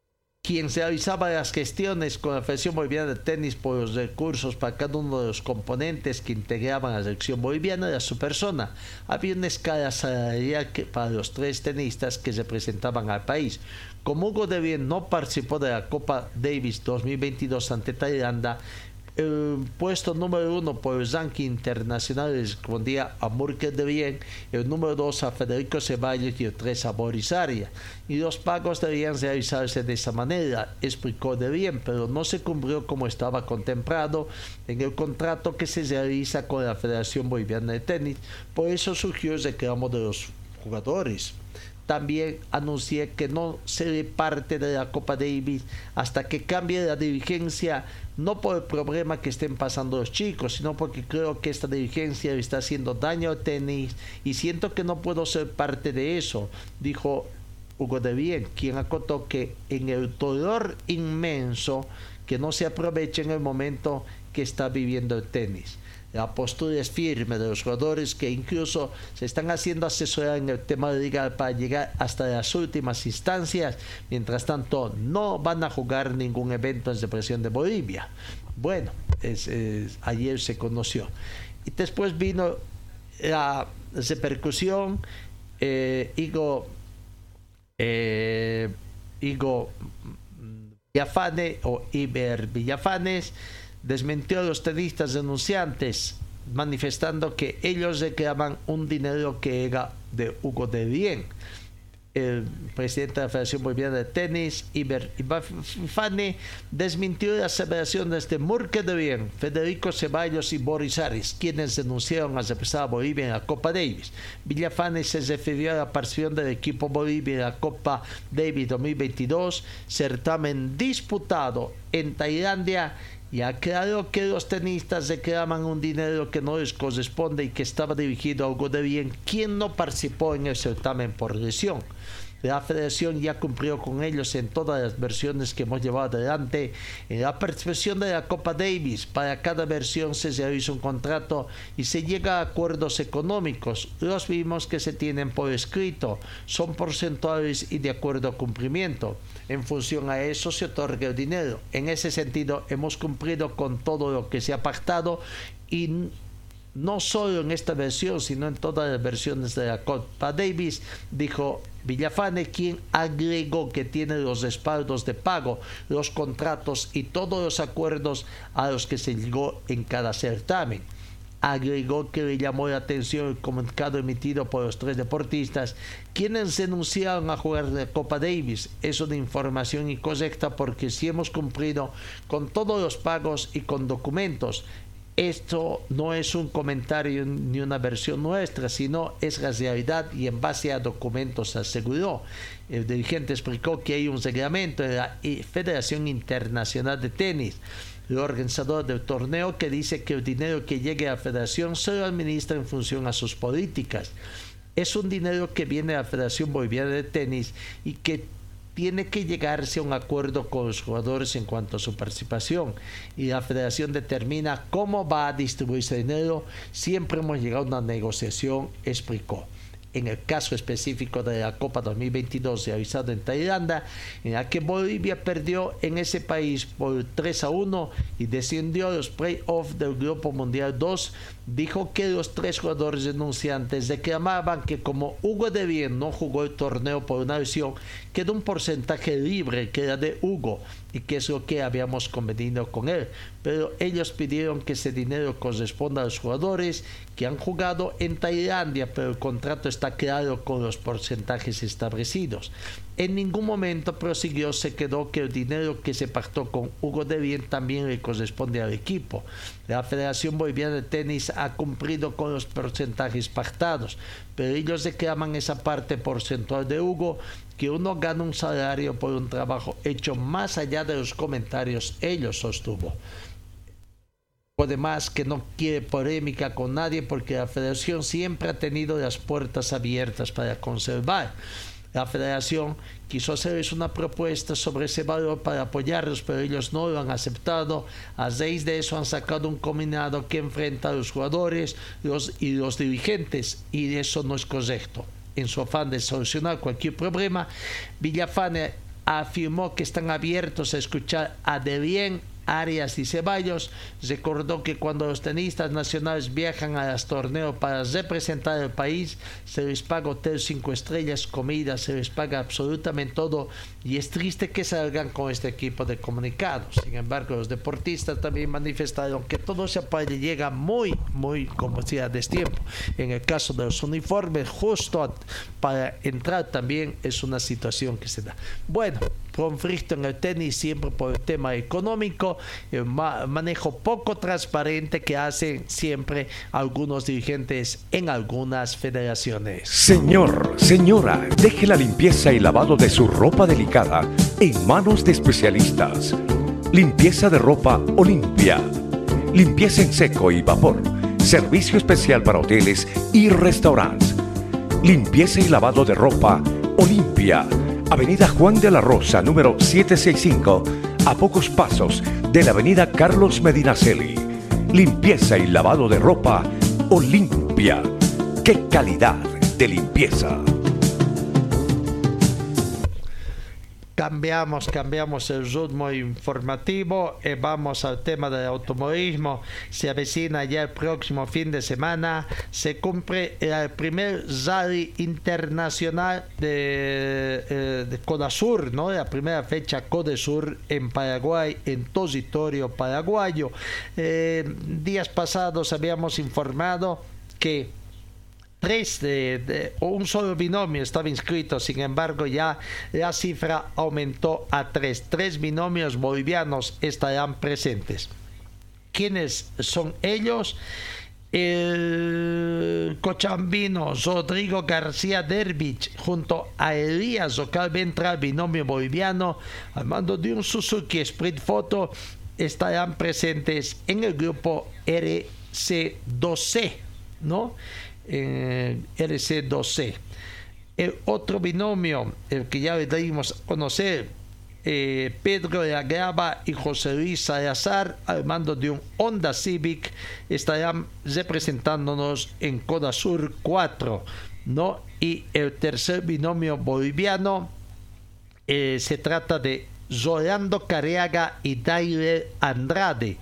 quien realizaba las gestiones con la Federación Boliviana de Tenis por los recursos para cada uno de los componentes que integraban la selección boliviana, era su persona. Había una escala salarial para los 3 tenistas que representaban al país. Como Hugo de Bien no participó de la Copa Davis 2022 ante Tailandia, el puesto número 1 por el ranking internacional respondía a Murkel de Bien, el número 2 a Federico Ceballos y el 3 a Boris Aria. Y los pagos debían realizarse de esa manera, explicó de Bien, pero no se cumplió como estaba contemplado en el contrato que se realiza con la Federación Boliviana de Tenis. Por eso surgió el reclamo de los jugadores. También anuncié que no seré parte de la Copa Davis hasta que cambie la dirigencia, no por el problema que estén pasando los chicos, sino porque creo que esta dirigencia le está haciendo daño al tenis y siento que no puedo ser parte de eso, dijo Hugo de Bien, quien acotó que en el dolor inmenso que no se aproveche en el momento que está viviendo el tenis. La postura es firme de los jugadores que incluso se están haciendo asesorar en el tema legal para llegar hasta las últimas instancias. Mientras tanto, no van a jugar ningún evento en represión de Bolivia. Bueno, ayer se conoció. Y después vino la repercusión. Igo Villafane o Iber Villafanes desmintió a los tenistas denunciantes, manifestando que ellos reclaman un dinero que era de Hugo de Bien. El presidente de la Federación Boliviana de Tenis, Iber Villafane, desmintió las aseveraciones de Murkel de Bien, Federico Ceballos y Boris Aris, quienes denunciaron a representar a Bolivia en la Copa Davis. Villafane se refirió a la participación del equipo Bolivia en la Copa Davis 2022, certamen disputado en Tailandia, y aclaró que los tenistas reclaman un dinero que no les corresponde y que estaba dirigido a Hugo de Bien, quien no participó en el certamen por lesión. La federación ya cumplió con ellos en todas las versiones que hemos llevado adelante. En la participación de la Copa Davis, para cada versión se realiza un contrato y se llega a acuerdos económicos. Los mismos que se tienen por escrito son porcentuales y de acuerdo a cumplimiento. En función a eso se otorga el dinero. En ese sentido, hemos cumplido con todo lo que se ha pactado y no solo en esta versión, sino en todas las versiones de la Copa Davis, dijo Villafane, quien agregó que tiene los respaldos de pago, los contratos y todos los acuerdos a los que se llegó en cada certamen. Agregó que le llamó la atención el comunicado emitido por los 3 deportistas, quienes denunciaron a jugar la Copa Davis. Es una información incorrecta porque sí hemos cumplido con todos los pagos y con documentos. Esto no es un comentario ni una versión nuestra, sino es la realidad y en base a documentos, aseguró. El dirigente explicó que hay un reglamento de la Federación Internacional de Tenis, el organizador del torneo, que dice que el dinero que llegue a la federación se lo administra en función a sus políticas. Es un dinero que viene a la Federación Boliviana de Tenis y que tiene que llegarse a un acuerdo con los jugadores en cuanto a su participación y la federación determina cómo va a distribuirse el dinero. Siempre hemos llegado a una negociación, explicó. En el caso específico de la Copa 2022 realizada en Tailandia, en la que Bolivia perdió en ese país por 3-1 y descendió a los playoffs del Grupo Mundial 2, dijo que los 3 jugadores denunciantes reclamaban que como Hugo de Bien no jugó el torneo por una lesión, quedó un porcentaje libre que era de Hugo y que es lo que habíamos convenido con él, pero ellos pidieron que ese dinero corresponda a los jugadores que han jugado en Tailandia, pero el contrato está claro con los porcentajes establecidos. En ningún momento, prosiguió, se quedó que el dinero que se pactó con Hugo de Bien también le corresponde al equipo. La Federación Boliviana de Tenis ha cumplido con los porcentajes pactados, pero ellos reclaman esa parte porcentual de Hugo, que uno gana un salario por un trabajo hecho más allá de los comentarios, ellos sostuvo. Además, que no quiere polémica con nadie porque la federación siempre ha tenido las puertas abiertas para conservar. La federación quiso hacerles una propuesta sobre ese valor para apoyarlos, pero ellos no lo han aceptado. A raíz de eso han sacado un comunicado que enfrenta a los jugadores y los dirigentes, y eso no es correcto. En su afán de solucionar cualquier problema, Villafane afirmó que están abiertos a escuchar a Derién, Arias y Ceballos. Recordó que cuando los tenistas nacionales viajan a los torneos para representar al país, se les paga hotel 5 estrellas, comida, se les paga absolutamente todo, y es triste que salgan con este equipo de comunicados. Sin embargo, los deportistas también manifestaron que todo ese apoyo llega muy, como decía, a destiempo. En el caso de los uniformes, justo para entrar también es una situación que se da. Bueno, conflicto en el tenis siempre por el tema económico, el manejo poco transparente que hacen siempre algunos dirigentes en algunas federaciones. Señor, señora, deje la limpieza y lavado de su ropa delicada en manos de especialistas. Limpieza de ropa Olimpia. Limpieza en seco y vapor. Servicio especial para hoteles y restaurantes. Limpieza y lavado de ropa Olimpia. Avenida Juan de la Rosa, número 765, a pocos pasos de la avenida Carlos Medinaceli. Limpieza y lavado de ropa Olimpia. ¡Qué calidad de limpieza! Cambiamos el ritmo informativo y vamos al tema del automovilismo. Se avecina ya el próximo fin de semana, se cumple el primer rally internacional de Codasur, ¿no? La primera fecha Codasur en Paraguay, en territorio paraguayo. Días pasados habíamos informado que un solo binomio estaba inscrito, sin embargo ya la cifra aumentó a 3 binomios bolivianos estarán presentes. ¿Quiénes son ellos? El cochambino Rodrigo García Dervich junto a Elías Ocal Ventral, binomio boliviano, al mando de un Suzuki Sprint Photo, estarán presentes en el grupo RC2C, ¿no? RC2C. El otro binomio, el que ya le dimos a conocer, Pedro de la Grava y José Luis Salazar, al mando de un Honda Civic, estarán representándonos en Codasur 4, ¿no? Y el tercer binomio boliviano, se trata de Rolando Careaga y Dailer Andrade.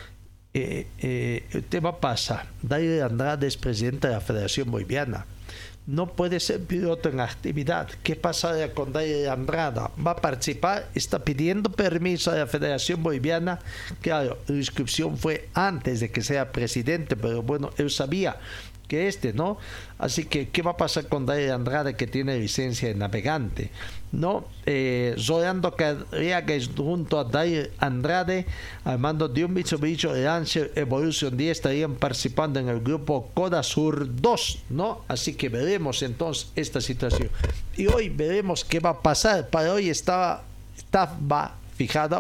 El tema pasa. Dailer Andrade es presidente de la Federación Boliviana. No puede ser piloto en actividad. ¿Qué pasa con Dailer Andrade? ¿Va a participar? Está pidiendo permiso a la Federación Boliviana. Claro, la inscripción fue antes de que sea presidente, pero bueno, él sabía que ¿no? Así que, ¿qué va a pasar con Dailer Andrade, que tiene licencia de navegante? ¿No? Rolando Carriaga junto a Dailer Andrade, al mando de un Mitsubishi Lancer Evolution 10, estarían participando en el grupo Codasur 2, ¿no? Así que veremos entonces esta situación. Y hoy veremos qué va a pasar. Para hoy está fijada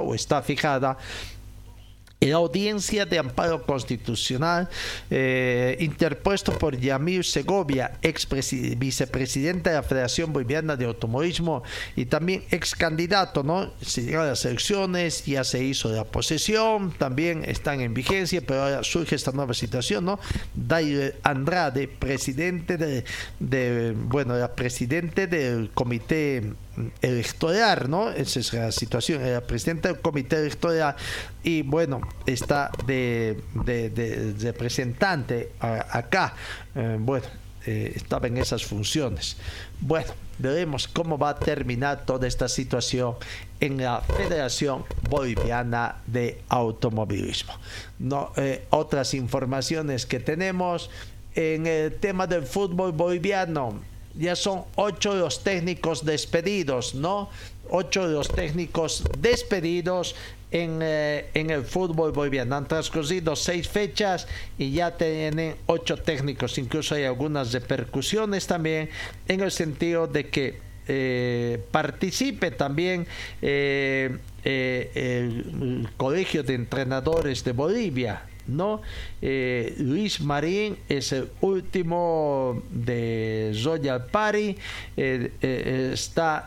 la audiencia de amparo constitucional interpuesto por Yamil Segovia, ex vicepresidente de la Federación Boliviana de Automovilismo y también ex candidato, ¿no? Se llegaron a las elecciones, ya se hizo la posesión, también están en vigencia, pero ahora surge esta nueva situación, ¿no? Dailer Andrade, presidente presidente del comité electoral, ¿no? Esa es la situación. Era presidente del comité electoral y bueno, está de representante acá. Estaba en esas funciones. Bueno, veremos cómo va a terminar toda esta situación en la Federación Boliviana de Automovilismo. Otras informaciones que tenemos en el tema del fútbol boliviano. Ya son 8 de los técnicos despedidos, ¿no? 8 de los técnicos despedidos en el fútbol boliviano. Han transcurrido 6 fechas y ya tienen 8 técnicos. Incluso hay algunas repercusiones también en el sentido de que participe también el Colegio de Entrenadores de Bolivia, ¿no? Luis Marín es el último de Royal Party. Está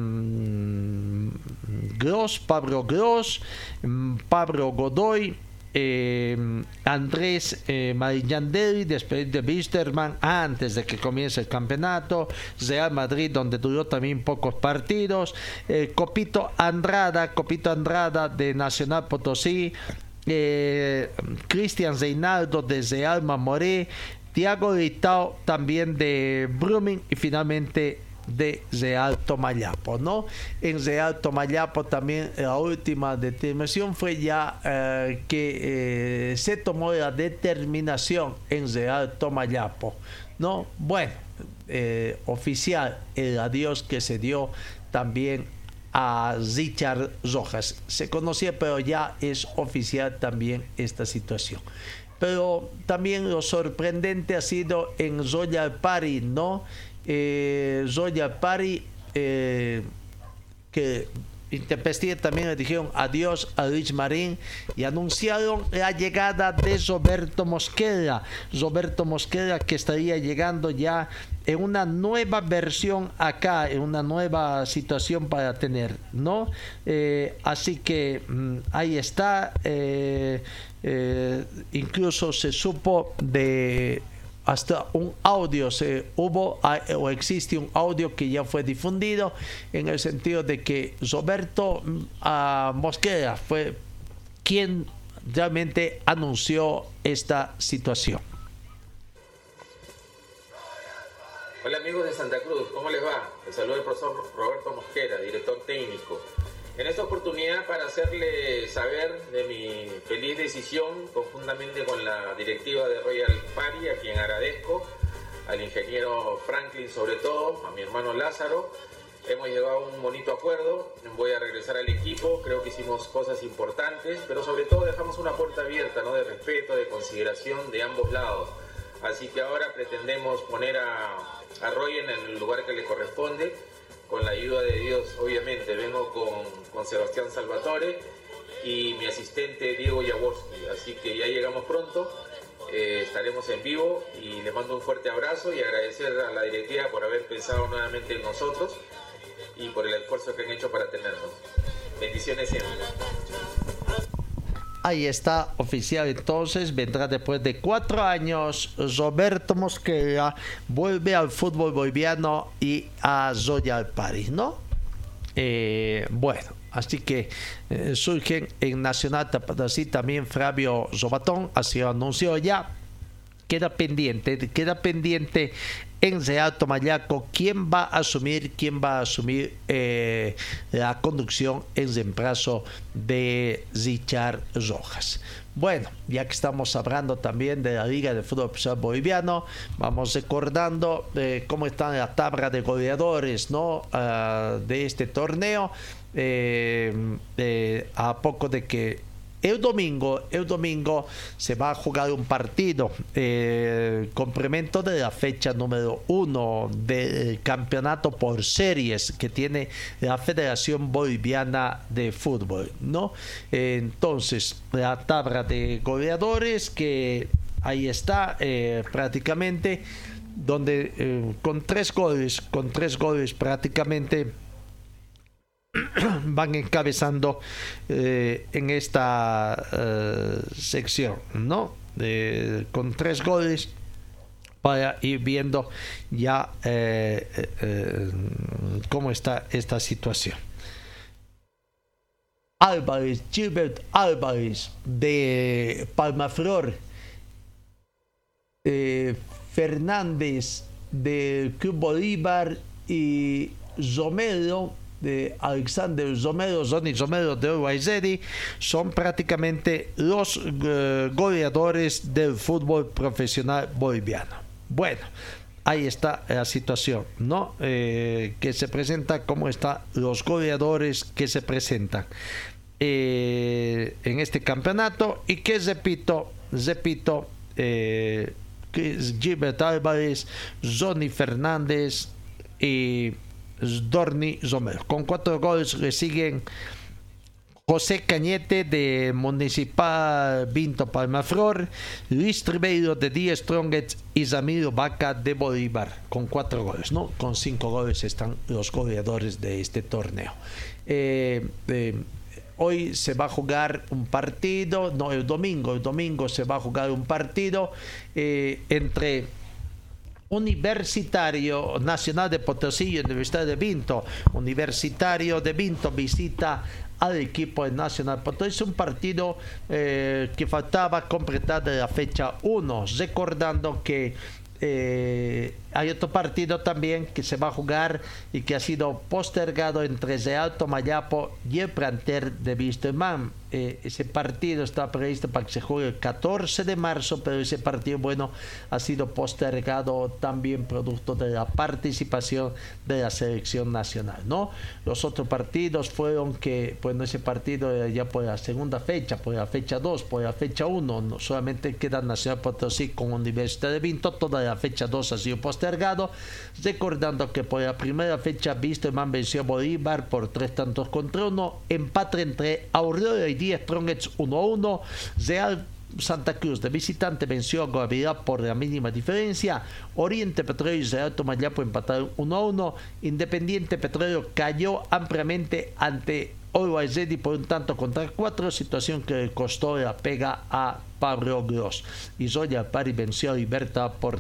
Pablo Gross, Pablo Godoy, Andrés Marinjandelli, después de Wisterman, antes de que comience el campeonato. Real Madrid, donde duró también pocos partidos. Copito Andrada de Nacional Potosí. Cristian Reinaldo de Real Mamoré. Thiago Leitao también de Brumming, y finalmente de Real Tomayapo, ¿no? En Real Tomayapo también la última determinación fue ya que se tomó la determinación en Real Tomayapo, ¿no? Bueno, oficial el adiós que se dio también a Richard Rojas. Se conocía, pero ya es oficial también esta situación. Pero también lo sorprendente ha sido en Royal Party, ¿no? Royal Party, que intempestivamente también le dijeron adiós a Luis Marín y anunciaron la llegada de Roberto Mosquera, que estaría llegando ya en una nueva versión acá, en una nueva situación para tener, ¿no? Así que ahí está. Incluso se supo de hasta un audio, hubo o existe un audio que ya fue difundido, en el sentido de que Roberto Mosquera fue quien realmente anunció esta situación. Hola amigos de Santa Cruz, ¿cómo les va? Les saluda el profesor Roberto Mosquera, director técnico. En esta oportunidad, para hacerle saber de mi feliz decisión, conjuntamente con la directiva de Royal Party, a quien agradezco, al ingeniero Franklin sobre todo, a mi hermano Lázaro, hemos llegado a un bonito acuerdo. Voy a regresar al equipo, creo que hicimos cosas importantes, pero sobre todo dejamos una puerta abierta, ¿no? De respeto, de consideración de ambos lados. Así que ahora pretendemos poner a Roy en el lugar que le corresponde, con la ayuda de Dios, obviamente. Vengo con Sebastián Salvatore y mi asistente Diego Jaworski, así que ya llegamos pronto, estaremos en vivo y les mando un fuerte abrazo y agradecer a la directiva por haber pensado nuevamente en nosotros y por el esfuerzo que han hecho para tenernos. Bendiciones siempre. Ahí está, oficial. Entonces vendrá después de 4 años. Roberto Mosquera vuelve al fútbol boliviano y a Royal Party, ¿no? Bueno, así que surgen en Nacional Tapatí también Flavio Robatón, así lo anunció ya. Queda pendiente en Real Tomayapo quién va a asumir la conducción en reemplazo de Richard Rojas. Bueno, ya que estamos hablando también de la Liga de Fútbol Profesional Boliviano, vamos recordando cómo está la tabla de goleadores, ¿no? De este torneo, a poco de que el domingo se va a jugar un partido, complemento de la fecha número 1 del campeonato por series que tiene la Federación Boliviana de Fútbol, ¿no? Entonces, la tabla de goleadores, que ahí está prácticamente, donde con tres goles prácticamente van encabezando en esta sección, ¿no? Con 3 goles, para ir viendo ya cómo está esta situación. Gilbert Álvarez de Palmaflor, Fernández del Club Bolívar y Romero de Alexander Romero, Ronnie Romero de Uruguay, son prácticamente los goleadores del fútbol profesional boliviano. Bueno, ahí está la situación, ¿no? Que se presenta, cómo están los goleadores que se presentan en este campeonato, y que repito, que es Gilbert Álvarez, Ronnie Fernández y Dorni Romero. Con 4 goles le siguen José Cañete de Municipal Vinto Palmaflor, Luis Ribeiro de Die Strongets y Ramiro Vaca de Bolívar, con 4 goles, ¿no? Con 5 goles están los goleadores de este torneo. hoy se va a jugar un partido, no, el domingo se va a jugar un partido entre Universitario Nacional de Potosí y Universidad de Vinto. Universitario de Vinto visita al equipo de Nacional Potosí. Es un partido que faltaba completar de la fecha 1, recordando que hay otro partido también que se va a jugar y que ha sido postergado entre Real Tomayapo y el plantel de Vísterman. Ese partido está previsto para que se juegue el 14 de marzo, pero ese partido, bueno, ha sido postergado también producto de la participación de la selección nacional, ¿no? Los otros partidos fueron que, bueno, ese partido ya por la segunda fecha, por la fecha 2, por la fecha 1, no solamente queda Nacional Potosí con Universidad de Vinto, toda la fecha 2 ha sido postergado, recordando que por la primera fecha Vísterman venció a Bolívar por 3-1, empate entre Aurora y 10 Strongets 1-1, Real Santa Cruz de visitante venció a Guavirá por la mínima diferencia, Oriente Petrolero y Real Tomayapo empataron 1-1, Independiente Petrolero cayó ampliamente ante Always Ready por un tanto contra 4, situación que le costó la pega a Pablo Gross, y Royal Party venció a Libertad por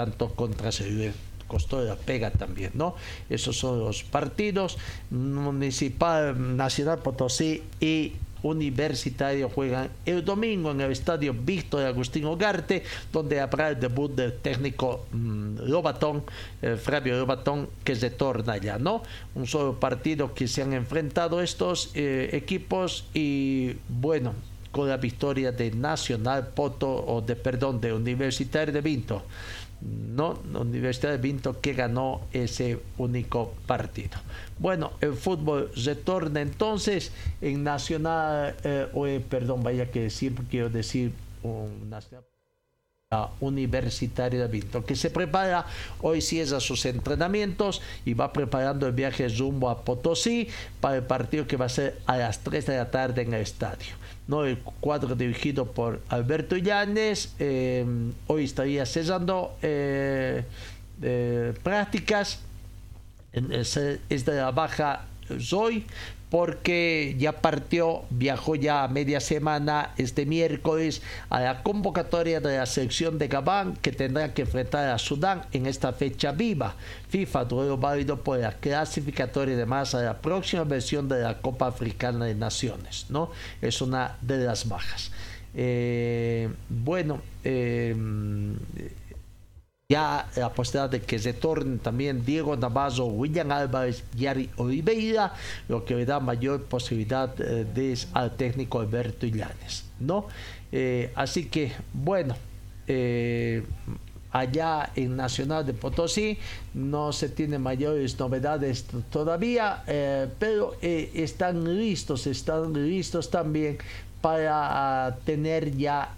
3-0 costó la pega también, ¿no? Esos son los partidos. Municipal Nacional Potosí y Universitario juegan el domingo en el estadio Víctor Agustín Ugarte, donde habrá el debut del técnico Lobatón, Flavio Lobatón, que se torna ya, ¿no? Un solo partido que se han enfrentado estos equipos, y bueno, con la victoria de Nacional de Universitario de Vinto, no, la Universidad de Vinto, que ganó ese único partido. Bueno, el fútbol retorna entonces en Nacional, vaya que siempre quiero decir Nacional Universitario de Vinto, que se prepara, hoy cierra sus entrenamientos y va preparando el viaje rumbo a Potosí para el partido que va a ser a las 3 de la tarde en el estadio, ¿no? El cuadro dirigido por Alberto Illanes hoy estaría cesando prácticas, es de la baja Zoy, porque ya viajó ya a media semana este miércoles a la convocatoria de la selección de Gabán, que tendrá que enfrentar a Sudán en esta fecha viva FIFA, duelo válido por la clasificatoria de más a la próxima versión de la Copa Africana de Naciones, ¿no? Es una de las bajas. Ya la posibilidad de que retornen también Diego Navarro, William Álvarez y Yari Oliveira, lo que le da mayor posibilidad al técnico Alberto Illanes, ¿no? Así que, bueno, allá en Nacional de Potosí no se tienen mayores novedades todavía, pero están listos también para tener ya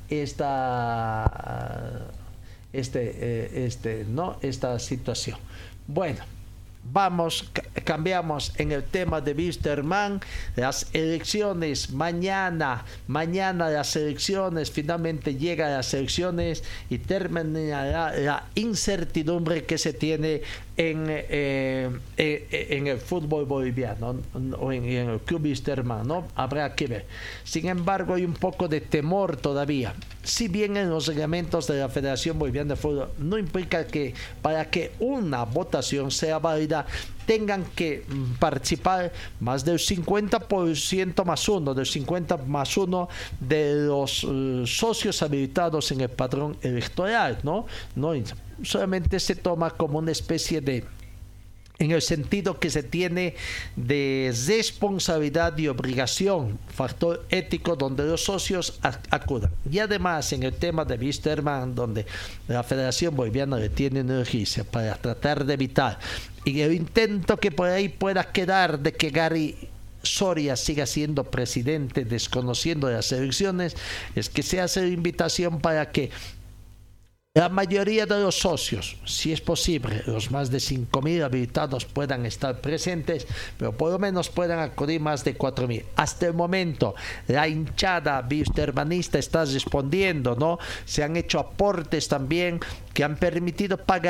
esta situación. Bueno, cambiamos en el tema de Vísterman. Las elecciones mañana las elecciones, finalmente llegan las elecciones y terminará la incertidumbre que se tiene en el fútbol boliviano o en el club Vísterman, ¿no? Habrá que ver. Sin embargo, hay un poco de temor todavía. Si bien en los reglamentos de la Federación Boliviana de Fútbol no implica que para que una votación sea válida tengan que participar más del 50% más uno, del 50 más uno de los socios habilitados en el padrón electoral, ¿no? Solamente se toma como una especie de, en el sentido que se tiene de responsabilidad y obligación, factor ético donde los socios acudan. Y además en el tema de Vísterman, donde la Federación Boliviana le tiene energía para tratar de evitar y el intento que por ahí pueda quedar de que Gary Soria siga siendo presidente desconociendo las elecciones, es que se hace la invitación para que la mayoría de los socios, si es posible, los más de 5.000 habilitados puedan estar presentes, pero por lo menos puedan acudir más de 4.000. Hasta el momento, la hinchada vístermanista está respondiendo, ¿no? Se han hecho aportes también que han permitido pagar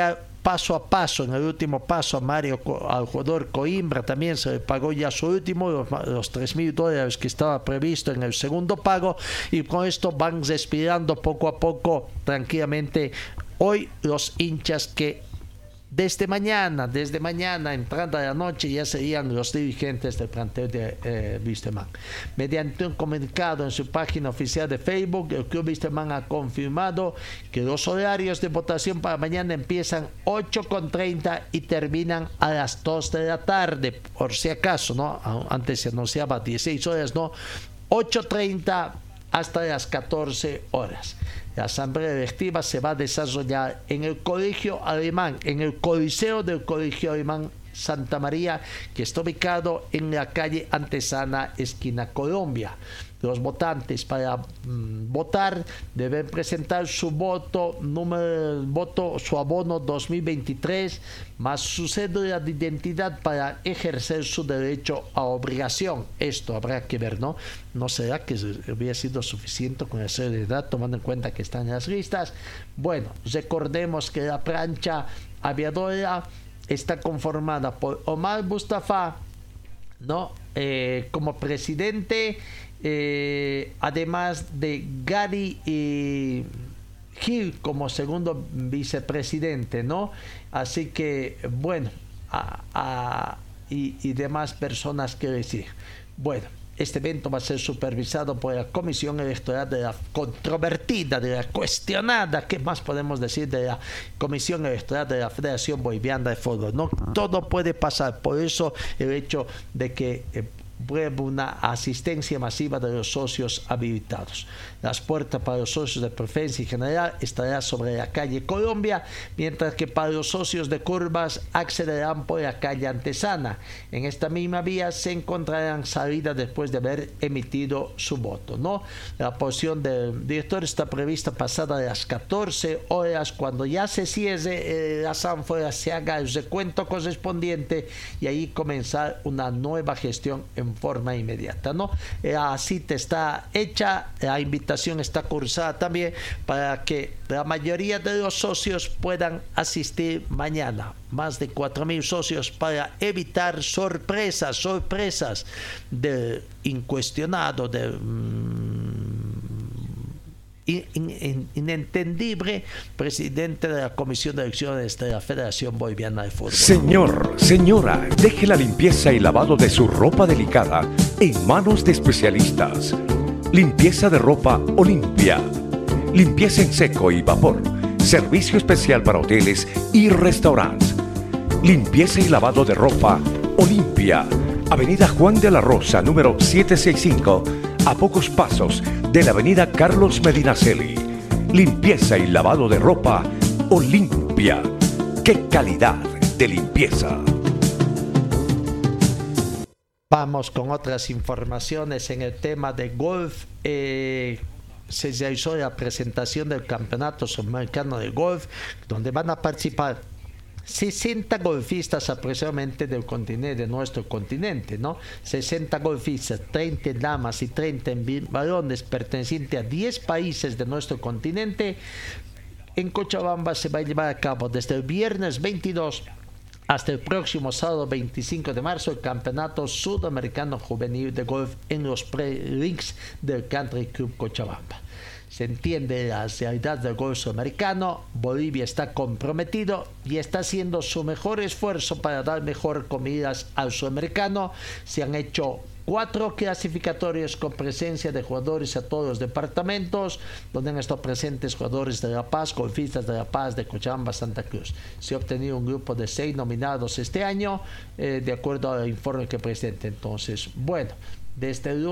paso a paso. En el último paso al jugador Coimbra también se le pagó ya su último, los $3,000 que estaba previsto en el segundo pago, y con esto van respirando poco a poco tranquilamente hoy los hinchas que desde mañana, entrando a la noche, ya serían los dirigentes del plantel de Wilstermann. Mediante un comunicado en su página oficial de Facebook, el club Wilstermann ha confirmado que los horarios de votación para mañana empiezan 8:30 y terminan a las 2 de la tarde, por si acaso, ¿no? Antes se anunciaba 16 horas, ¿no? 8:30 hasta las 14 horas. La asamblea electiva se va a desarrollar en el Colegio Alemán, en el Coliseo del Colegio Alemán Santa María, que está ubicado en la calle Antesana, esquina Colombia. Los votantes para votar deben presentar su su abono 2023 más su cédula de identidad para ejercer su derecho a obligación. Esto habrá que ver, ¿no? ¿No será que hubiera sido suficiente con la cédula de edad, tomando en cuenta que están en las listas? Bueno, recordemos que la plancha aviadora está conformada por Omar Mustafa, ¿no? Como presidente, además de Gary Gil como segundo vicepresidente, ¿no? Así que, bueno, y demás personas que decir. Bueno, este evento va a ser supervisado por la Comisión Electoral de la controvertida, de la cuestionada, ¿qué más podemos decir? De la Comisión Electoral de la Federación Boliviana de Fútbol. No todo puede pasar, por eso el hecho de que prueba una asistencia masiva de los socios habilitados. Las puertas para los socios de preferencia y general estarán sobre la calle Colombia, mientras que para los socios de curvas accederán por la calle Antesana. En esta misma vía se encontrarán salidas después de haber emitido su voto, ¿no? La posición del director está prevista pasada las 14 horas, cuando ya se cierre la ánfora, se haga el recuento correspondiente y ahí comenzar una nueva gestión en forma inmediata, ¿no? La cita está hecha, la invitación está cursada también para que la mayoría de los socios puedan asistir mañana. Más de 4,000 socios para evitar sorpresas del incuestionado, del inentendible presidente de la Comisión de Elecciones de la Federación Boliviana de Fútbol. Señor, señora, deje la limpieza y lavado de su ropa delicada en manos de especialistas. Limpieza de ropa Olimpia. Limpieza en seco y vapor. Servicio especial para hoteles y restaurantes. Limpieza y lavado de ropa Olimpia. Avenida Juan de la Rosa, número 765, a pocos pasos de la avenida Carlos Medinaceli. Limpieza y lavado de ropa Olimpia. ¡Qué calidad de limpieza! Vamos con otras informaciones en el tema de golf. Se realizó la presentación del Campeonato Sudamericano de Golf, donde van a participar 60 golfistas aproximadamente del continente, de nuestro continente, ¿no? 60 golfistas, 30 damas y 30 varones pertenecientes a 10 países de nuestro continente. En Cochabamba se va a llevar a cabo desde el viernes 22 hasta el próximo sábado 25 de marzo el Campeonato Sudamericano Juvenil de Golf en los pre-links del Country Club Cochabamba. Se entiende la realidad del golf sudamericano. Bolivia está comprometido y está haciendo su mejor esfuerzo para dar mejor comidas al sudamericano. Se han hecho 4 clasificatorios con presencia de jugadores a todos los departamentos, donde han estado presentes jugadores de La Paz, golfistas de La Paz, de Cochabamba, Santa Cruz. Se ha obtenido un grupo de 6 nominados este año, de acuerdo al informe que presenta. Entonces, bueno, desde el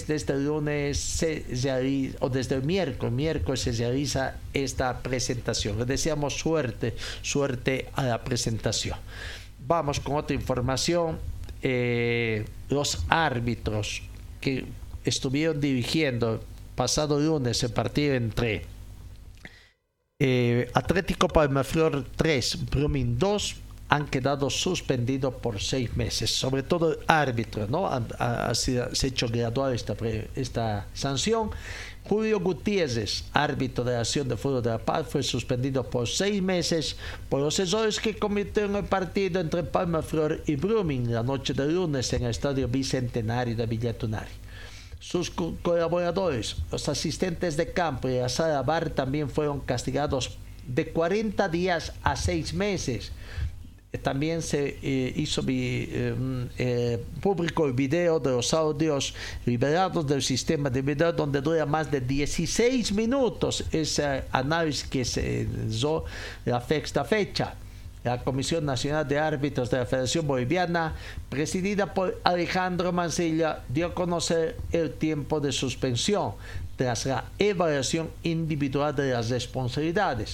miércoles se realiza esta presentación. Le deseamos suerte a la presentación. Vamos con otra información. Los árbitros que estuvieron dirigiendo pasado lunes el partido entre Atlético Palmaflor 3, Blooming 2, han quedado suspendidos por 6 meses. Sobre todo el árbitro, ¿no? Se ha hecho gradual esta sanción. Julio Gutiérrez, árbitro de la Acción de Fútbol de La Paz, fue suspendido por 6 meses por los errores que cometió en el partido entre Palma Flor y Blooming la noche del lunes en el Estadio Bicentenario de Villa Tunari. Sus colaboradores, los asistentes de campo y la sala VAR también fueron castigados de 40 días a 6 meses. También se hizo público el video de los audios liberados del sistema de video, donde dura más de 16 minutos ese análisis que se hizo la sexta fecha. La Comisión Nacional de Árbitros de la Federación Boliviana, presidida por Alejandro Mancilla, dio a conocer el tiempo de suspensión tras la evaluación individual de las responsabilidades.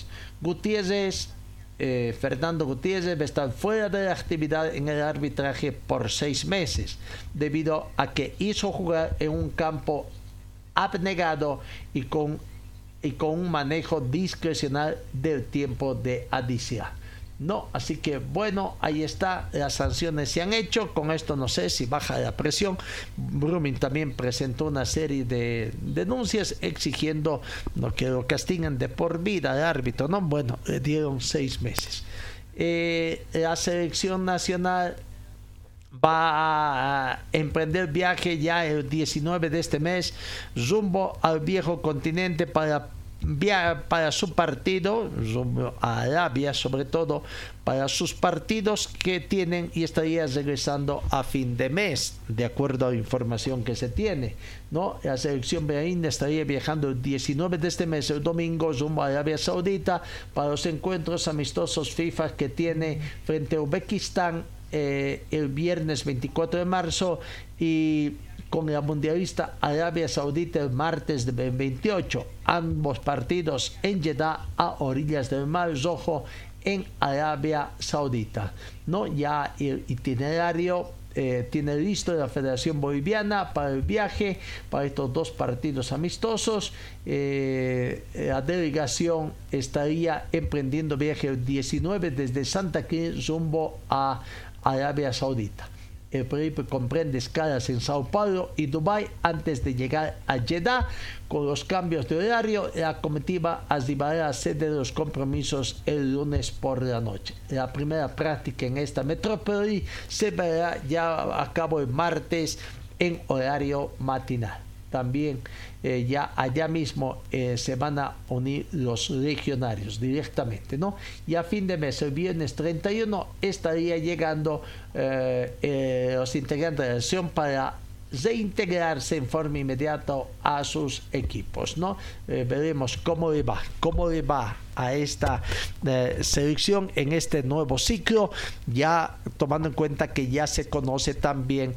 Fernando Gutiérrez va a estar fuera de la actividad en el arbitraje por 6 meses, debido a que hizo jugar en un campo abnegado y con un manejo discrecional del tiempo de adición. No, así que bueno, ahí está, las sanciones se han hecho. Con esto no sé si baja la presión. Blooming también presentó una serie de denuncias exigiendo que lo castiguen de por vida al árbitro, ¿no? Bueno, le dieron 6 meses. La selección nacional va a emprender viaje ya el 19 de este mes rumbo al viejo continente para su partido, a Arabia sobre todo, para sus partidos que tienen, y estaría regresando a fin de mes, de acuerdo a la información que se tiene, ¿no? La selección bereína estaría viajando el 19 de este mes, el domingo, rumbo a Arabia Saudita para los encuentros amistosos FIFA que tiene frente a Uzbekistán el viernes 24 de marzo y con la mundialista Arabia Saudita el martes del 28. Ambos partidos en Jeddah, a orillas del Mar Rojo, en Arabia Saudita, ¿no? Ya el itinerario tiene listo la Federación Boliviana para el viaje, para estos 2 partidos amistosos. La delegación estaría emprendiendo viaje el 19 desde Santa Cruz rumbo a Arabia Saudita. El periplo comprende escalas en Sao Paulo y Dubái antes de llegar a Jeddah. Con los cambios de horario, la comitiva arribará a sede de los compromisos el lunes por la noche. La primera práctica en esta metrópoli se verá ya a cabo el martes en horario matinal. También ya allá mismo se van a unir los legionarios directamente, ¿no? Y a fin de mes, el viernes 31, estaría llegando los integrantes de la selección para reintegrarse en forma inmediata a sus equipos, ¿no? Veremos cómo le va a esta selección en este nuevo ciclo, ya tomando en cuenta que ya se conoce también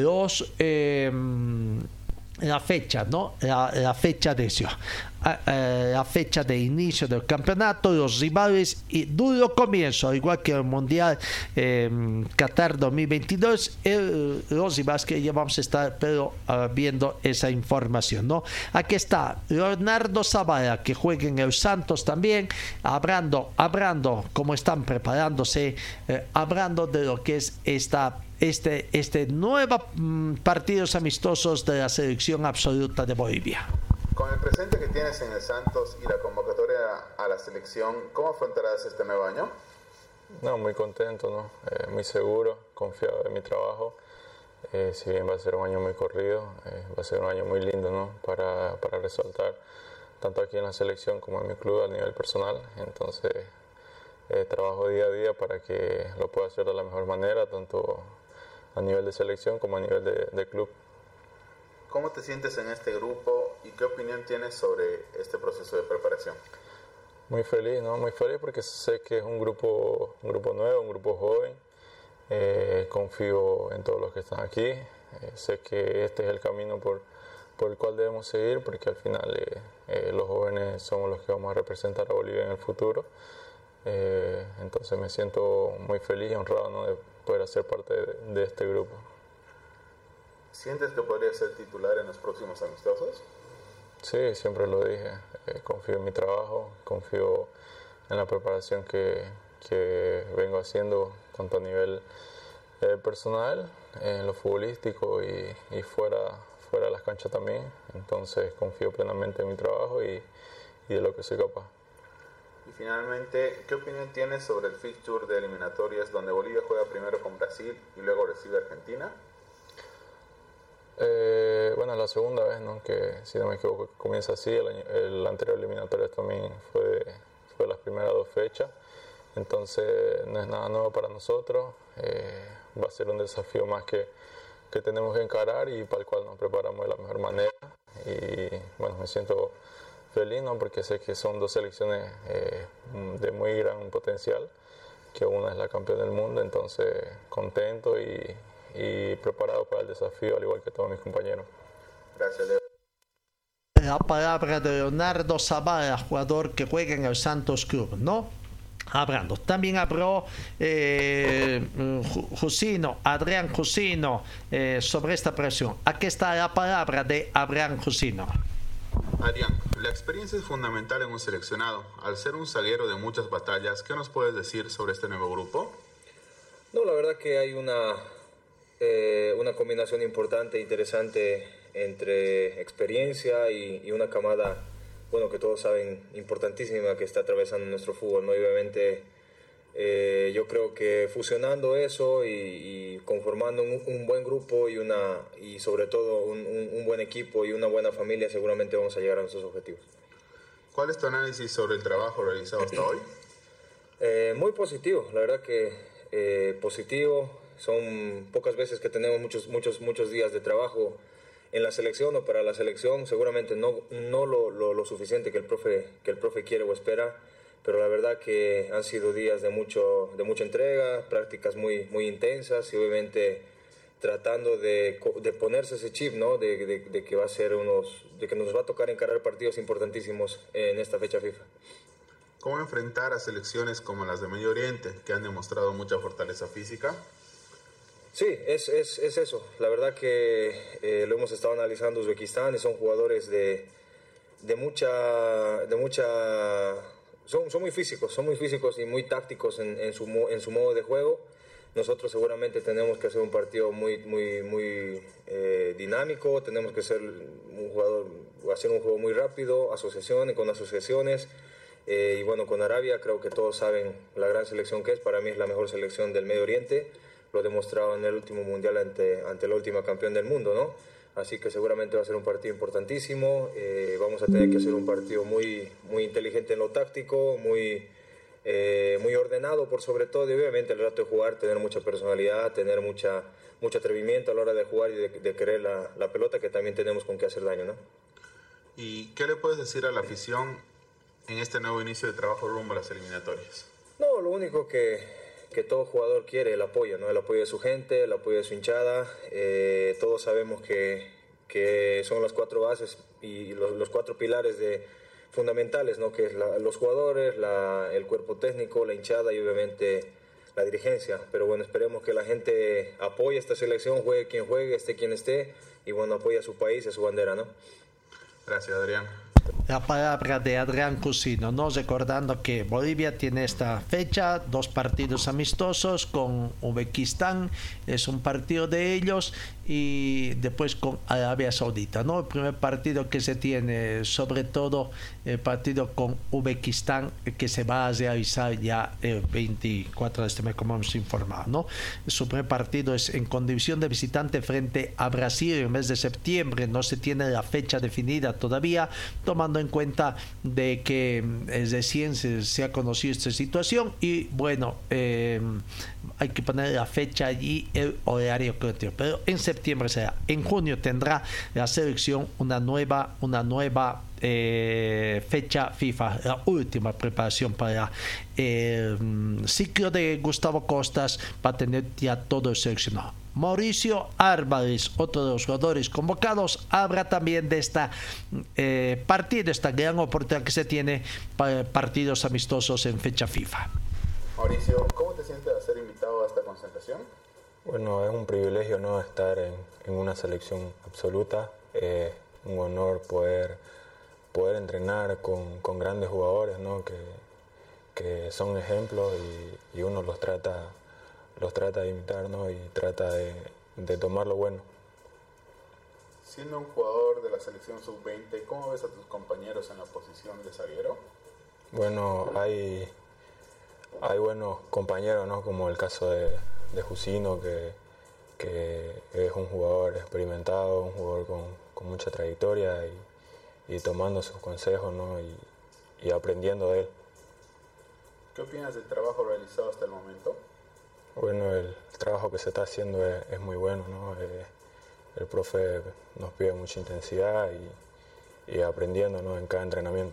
la fecha, ¿no? La fecha de eso. La fecha de inicio del campeonato, los rivales y duro comienzo, igual que el Mundial Qatar 2022, los rivales que ya vamos a estar viendo esa información, ¿no? Aquí está Leonardo Zavala, que juega en el Santos también, hablando cómo están preparándose, hablando de lo que es este nuevo partidos amistosos de la selección absoluta de Bolivia. Con el presente que tienes en el Santos y la convocatoria a la selección, ¿cómo afrontarás este nuevo año? No, muy contento, ¿no? Muy seguro, confiado en mi trabajo. Si bien va a ser un año muy corrido, va a ser un año muy lindo, ¿no? Para resaltar, tanto aquí en la selección como en mi club a nivel personal. Entonces, trabajo día a día para que lo pueda hacer de la mejor manera, tanto a nivel de selección como a nivel de club. ¿Cómo te sientes en este grupo y qué opinión tienes sobre este proceso de preparación? Muy feliz, ¿no? Muy feliz porque sé que es un grupo nuevo, un grupo joven. Confío en todos los que están aquí. Sé que este es el camino por el cual debemos seguir, porque al final los jóvenes somos los que vamos a representar a Bolivia en el futuro. Entonces me siento muy feliz y honrado, ¿no? De poder hacer parte de este grupo. ¿Sientes que podrías ser titular en los próximos amistosos? Sí, siempre lo dije. Confío en mi trabajo, confío en la preparación que vengo haciendo tanto a nivel personal, en lo futbolístico y fuera de las canchas también. Entonces confío plenamente en mi trabajo y de lo que soy capaz. Y finalmente, ¿qué opinión tienes sobre el fixture de eliminatorias donde Bolivia juega primero con Brasil y luego recibe a Argentina? Bueno, la segunda vez, ¿no? Que si no me equivoco comienza así. El anterior eliminatorio también fue las primeras 2 fechas. Entonces no es nada nuevo para nosotros. Va a ser un desafío más que tenemos que encarar y para el cual nos preparamos de la mejor manera. Y bueno, me siento feliz, ¿no? Porque sé que son 2 selecciones de muy gran potencial, que una es la campeona del mundo. Entonces contento y preparado para el desafío, al igual que todos mis compañeros. Gracias, Leo. La palabra de Leonardo Zavala, jugador que juega en el Santos Club, ¿no? Hablando. También habló Adrián Jusino, sobre esta presión. Aquí está la palabra de Adrián Jusino. Adrián, la experiencia es fundamental en un seleccionado. Al ser un zaguero de muchas batallas, ¿qué nos puedes decir sobre este nuevo grupo? No, la verdad que hay una combinación importante, interesante entre experiencia y una camada, bueno, que todos saben, importantísima, que está atravesando nuestro fútbol, ¿no? Y obviamente yo creo que fusionando eso y conformando un buen grupo y sobre todo un buen equipo y una buena familia, seguramente vamos a llegar a nuestros objetivos. ¿Cuál es tu análisis sobre el trabajo realizado hasta hoy? Muy positivo, la verdad que positivo. Son pocas veces que tenemos muchos días de trabajo en la selección o para la selección. Seguramente no lo suficiente que el profe quiere o espera, pero la verdad que han sido días de mucha entrega, prácticas muy intensas y obviamente tratando de ponerse ese chip, ¿no? de que va a ser de que nos va a tocar encarar partidos importantísimos en esta fecha FIFA. ¿Cómo enfrentar a selecciones como las de Medio Oriente, que han demostrado mucha fortaleza física? Sí, es eso. La verdad que lo hemos estado analizando. Uzbekistán y son jugadores de mucha son muy físicos y muy tácticos en su modo de juego. Nosotros seguramente tenemos que hacer un partido muy dinámico, tenemos que hacer un juego muy rápido, con asociaciones. Y bueno, con Arabia creo que todos saben la gran selección que es. Para mí es la mejor selección del Medio Oriente. Lo demostrado en el último mundial ante la última campeón del mundo, ¿no? Así que seguramente va a ser un partido importantísimo. Vamos a tener que hacer un partido muy inteligente en lo táctico, muy ordenado por sobre todo, y obviamente al rato de jugar tener mucha personalidad, tener mucho atrevimiento a la hora de jugar y de querer la pelota, que también tenemos con qué hacer daño, ¿no? ¿Y qué le puedes decir a la afición en este nuevo inicio de trabajo rumbo a las eliminatorias? No, lo único que todo jugador quiere, el apoyo, ¿no? El apoyo de su gente, el apoyo de su hinchada. Todos sabemos que son las 4 bases y los 4 pilares fundamentales, ¿no? Que es los jugadores, el cuerpo técnico, la hinchada y obviamente la dirigencia. Pero bueno, esperemos que la gente apoye esta selección, juegue quien juegue, esté quien esté, y bueno, apoye a su país y a su bandera, ¿no? Gracias, Adrián. La palabra de Adrián Jusino, ¿no? Recordando que Bolivia tiene esta fecha, 2 partidos amistosos con Uzbekistán, es un partido de ellos, y después con Arabia Saudita, ¿no? El primer partido que se tiene, sobre todo el partido con Uzbekistán, que se va a realizar ya el 24 de este mes, como hemos informado, ¿no? Su primer partido es en condición de visitante frente a Brasil en el mes de septiembre. No se tiene la fecha definida todavía, tomando en cuenta de que recién se ha conocido esta situación, y bueno, hay que poner la fecha y el horario, pero en septiembre será. En junio tendrá la selección una nueva fecha FIFA, la última preparación para el ciclo de Gustavo Costas, para tener ya todo seleccionado. Mauricio Álvarez, otro de los jugadores convocados, habla también de esta partido, esta gran oportunidad que se tiene para partidos amistosos en fecha FIFA. Mauricio, ¿cómo te sientes de ser invitado a esta concentración? Bueno, es un privilegio, ¿no?, estar en una selección absoluta. Un honor poder entrenar con grandes jugadores, ¿no?, que son ejemplos y uno los trata los trata de imitar, ¿no? Y trata de tomar lo bueno. Siendo un jugador de la selección sub-20, ¿cómo ves a tus compañeros en la posición de zaguero? Bueno, hay buenos compañeros, ¿no? Como el caso de Jusino, que es un jugador experimentado, un jugador con mucha trayectoria y tomando sus consejos, ¿no? y aprendiendo de él. ¿Qué opinas del trabajo realizado hasta el momento? Bueno, el trabajo que se está haciendo es muy bueno, ¿no? El profe nos pide mucha intensidad y aprendiendo, ¿no? En cada entrenamiento.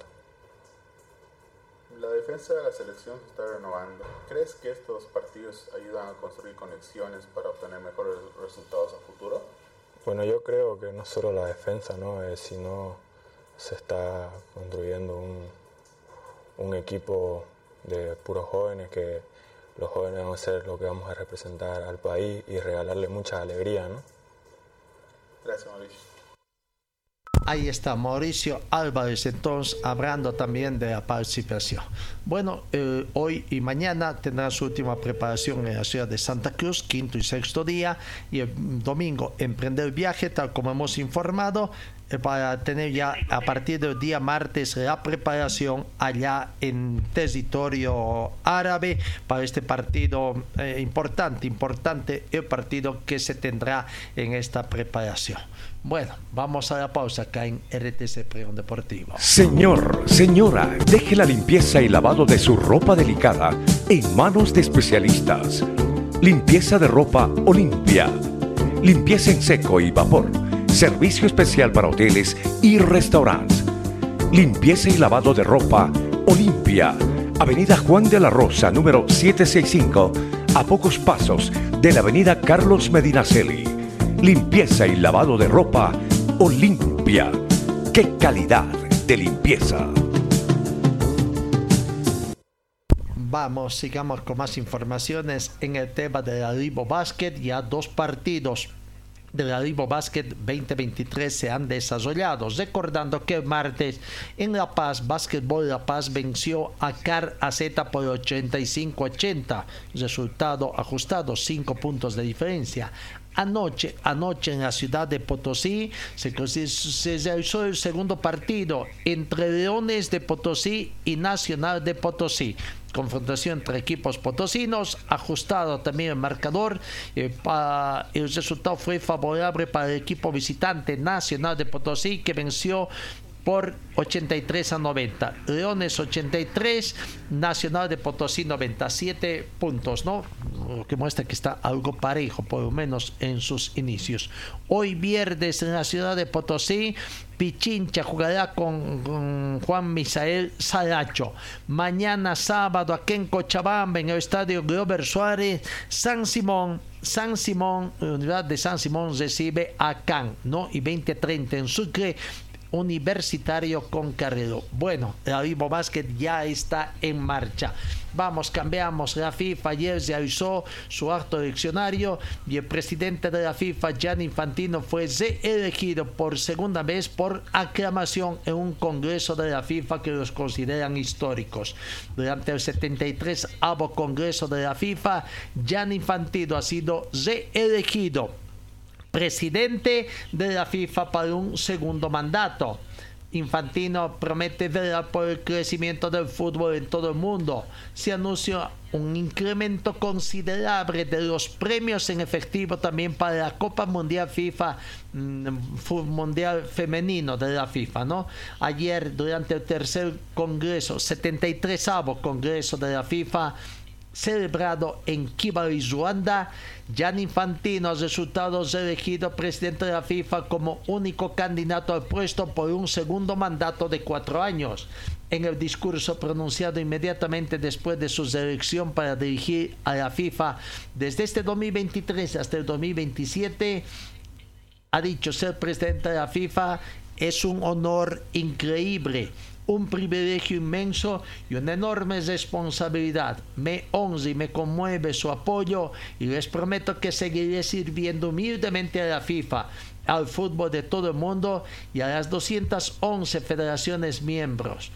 La defensa de la selección se está renovando. ¿Crees que estos partidos ayudan a construir conexiones para obtener mejores resultados a futuro? Bueno, yo creo que no solo la defensa, ¿no? Sino se está construyendo un equipo de puros jóvenes, que los jóvenes van a ser lo que vamos a representar al país y regalarle mucha alegría, ¿no? Gracias, Mauricio. Ahí está Mauricio Álvarez, entonces hablando también de la participación. Bueno, hoy y mañana tendrán su última preparación en la ciudad de Santa Cruz, quinto y sexto día, y el domingo emprender el viaje, tal como hemos informado, para tener ya a partir del día martes la preparación allá en territorio árabe para este partido importante el partido que se tendrá en esta preparación. Bueno, vamos a la pausa acá en RTC Pregón Deportivo. Señor, señora, deje la limpieza y lavado de su ropa delicada en manos de especialistas. Limpieza de ropa Olimpia. Limpieza en seco y vapor. Servicio especial para hoteles y restaurantes. Limpieza y lavado de ropa Olimpia. Avenida Juan de la Rosa, número 765, a pocos pasos de la avenida Carlos Medinaceli. Limpieza y lavado de ropa Olimpia. ¡Qué calidad de limpieza! Vamos, sigamos con más informaciones en el tema de la Libo Basket. Ya 2 partidos de la Libo Basket 2023 se han desarrollado. Recordando que el martes en La Paz, Básquetbol La Paz venció a CAR AZ por 85-80. Resultado ajustado, 5 puntos de diferencia. Anoche en la ciudad de Potosí se realizó el segundo partido entre Leones de Potosí y Nacional de Potosí. Confrontación entre equipos potosinos, ajustado también el marcador. El resultado fue favorable para el equipo visitante Nacional de Potosí, que venció por 83-90. Leones 83, Nacional de Potosí 97 puntos, ¿no? Lo que muestra que está algo parejo, por lo menos en sus inicios. Hoy viernes en la ciudad de Potosí, Pichincha jugará con Juan Misael Saracho. Mañana sábado aquí en Cochabamba, en el estadio Glover Suárez, San Simón, la Unidad de San Simón recibe a CAN, ¿no? Y 20-30 en Sucre, Universitario con Carrero. Bueno, la Libo Basket ya está en marcha. Vamos, cambiamos. La FIFA ayer realizó su acto eleccionario y el presidente de la FIFA, Gianni Infantino, fue reelegido por segunda vez por aclamación en un congreso de la FIFA que los consideran históricos. Durante el 73º congreso de la FIFA, Gianni Infantino ha sido reelegido presidente de la FIFA para un segundo mandato. Infantino promete velar por el crecimiento del fútbol en todo el mundo. Se anuncia un incremento considerable de los premios en efectivo también para la Copa Mundial FIFA, Mundial Femenino de la FIFA, ¿no? Ayer, durante el tercer congreso, 73º congreso de la FIFA, celebrado en Kigali, Ruanda, Gianni Infantino ha resultado elegido presidente de la FIFA como único candidato al puesto por un segundo mandato de 4 años. En el discurso pronunciado inmediatamente después de su reelección para dirigir a la FIFA desde este 2023 hasta el 2027, ha dicho: ser presidente de la FIFA es un honor increíble, un privilegio inmenso y una enorme responsabilidad. Me honra y me conmueve su apoyo y les prometo que seguiré sirviendo humildemente a la FIFA, al fútbol de todo el mundo y a las 211 federaciones miembros.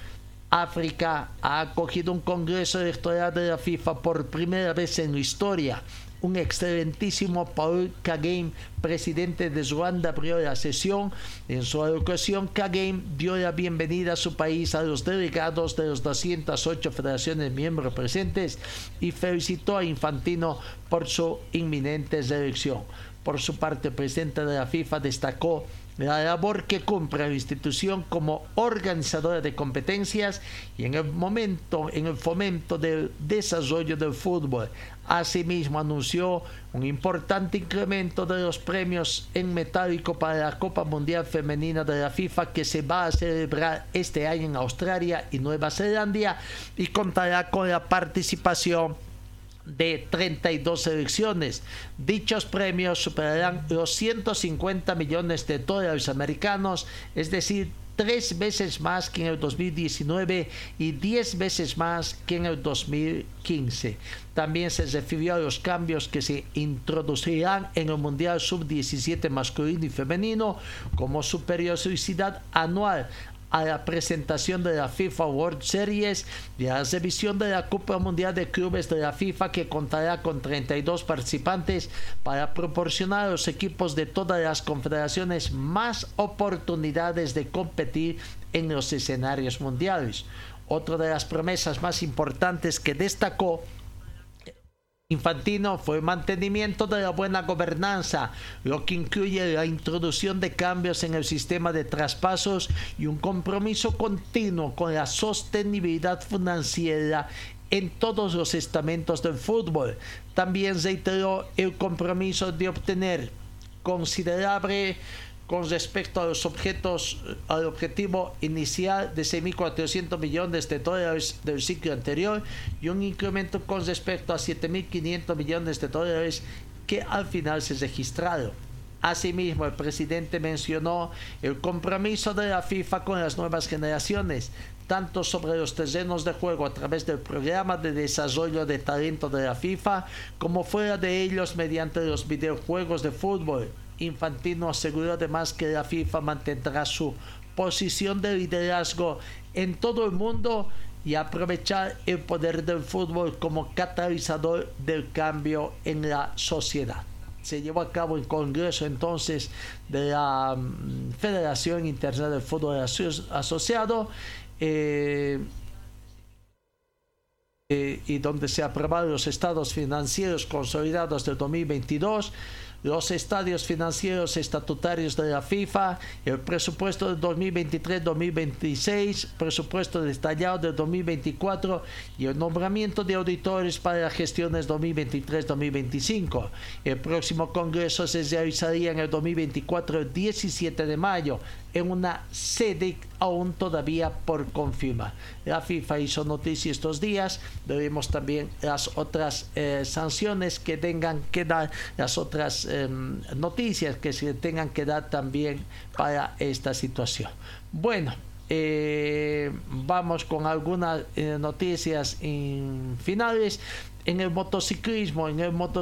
África ha acogido un congreso electoral de la FIFA por primera vez en la historia. un excelentísimo Paul Kagame, presidente de Ruanda, abrió la sesión. En su alocución, Kagame dio la bienvenida a su país a los delegados de las 208 federaciones miembros presentes y felicitó a Infantino por su inminente reelección. Por su parte, el presidente de la FIFA destacó la labor que cumple la institución como organizadora de competencias y en el fomento del desarrollo del fútbol. Asimismo, anunció un importante incremento de los premios en metálico para la Copa Mundial Femenina de la FIFA, que se va a celebrar este año en Australia y Nueva Zelanda y contará con la participación de 32 selecciones. Dichos premios superarán los 150 millones de dólares americanos, es decir, 3 veces más que en el 2019 y 10 veces más que en el 2015. También se refirió a los cambios que se introducirán en el Mundial Sub-17 masculino y femenino, como su periodicidad anual, a la presentación de la FIFA World Series y a la revisión de la Copa Mundial de Clubes de la FIFA, que contará con 32 participantes para proporcionar a los equipos de todas las confederaciones más oportunidades de competir en los escenarios mundiales. Otra de las promesas más importantes que destacó Infantino fue el mantenimiento de la buena gobernanza, lo que incluye la introducción de cambios en el sistema de traspasos y un compromiso continuo con la sostenibilidad financiera en todos los estamentos del fútbol. También reiteró el compromiso de obtener considerable con respecto a los al objetivo inicial de 6.400 millones de dólares del ciclo anterior y un incremento con respecto a 7.500 millones de dólares que al final se registraron. Asimismo, el presidente mencionó el compromiso de la FIFA con las nuevas generaciones, tanto sobre los terrenos de juego a través del programa de desarrollo de talento de la FIFA, como fuera de ellos mediante los videojuegos de fútbol. Infantino aseguró además que la FIFA mantendrá su posición de liderazgo en todo el mundo y aprovechar el poder del fútbol como catalizador del cambio en la sociedad. Se llevó a cabo el congreso entonces de la Federación Internacional del Fútbol Asociado, y donde se aprobaron los estados financieros consolidados del 2022, los estadios financieros estatutarios de la FIFA, el presupuesto del 2023-2026, presupuesto detallado del 2024 y el nombramiento de auditores para las gestiones 2023-2025. El próximo congreso se realizaría en el 2024, el 17 de mayo, en una sede aún todavía por confirmar. La FIFA hizo noticia estos días. Veremos también las otras sanciones que tengan que dar, las otras noticias que se tengan que dar también para esta situación. Bueno, vamos con algunas noticias finales. En el motociclismo,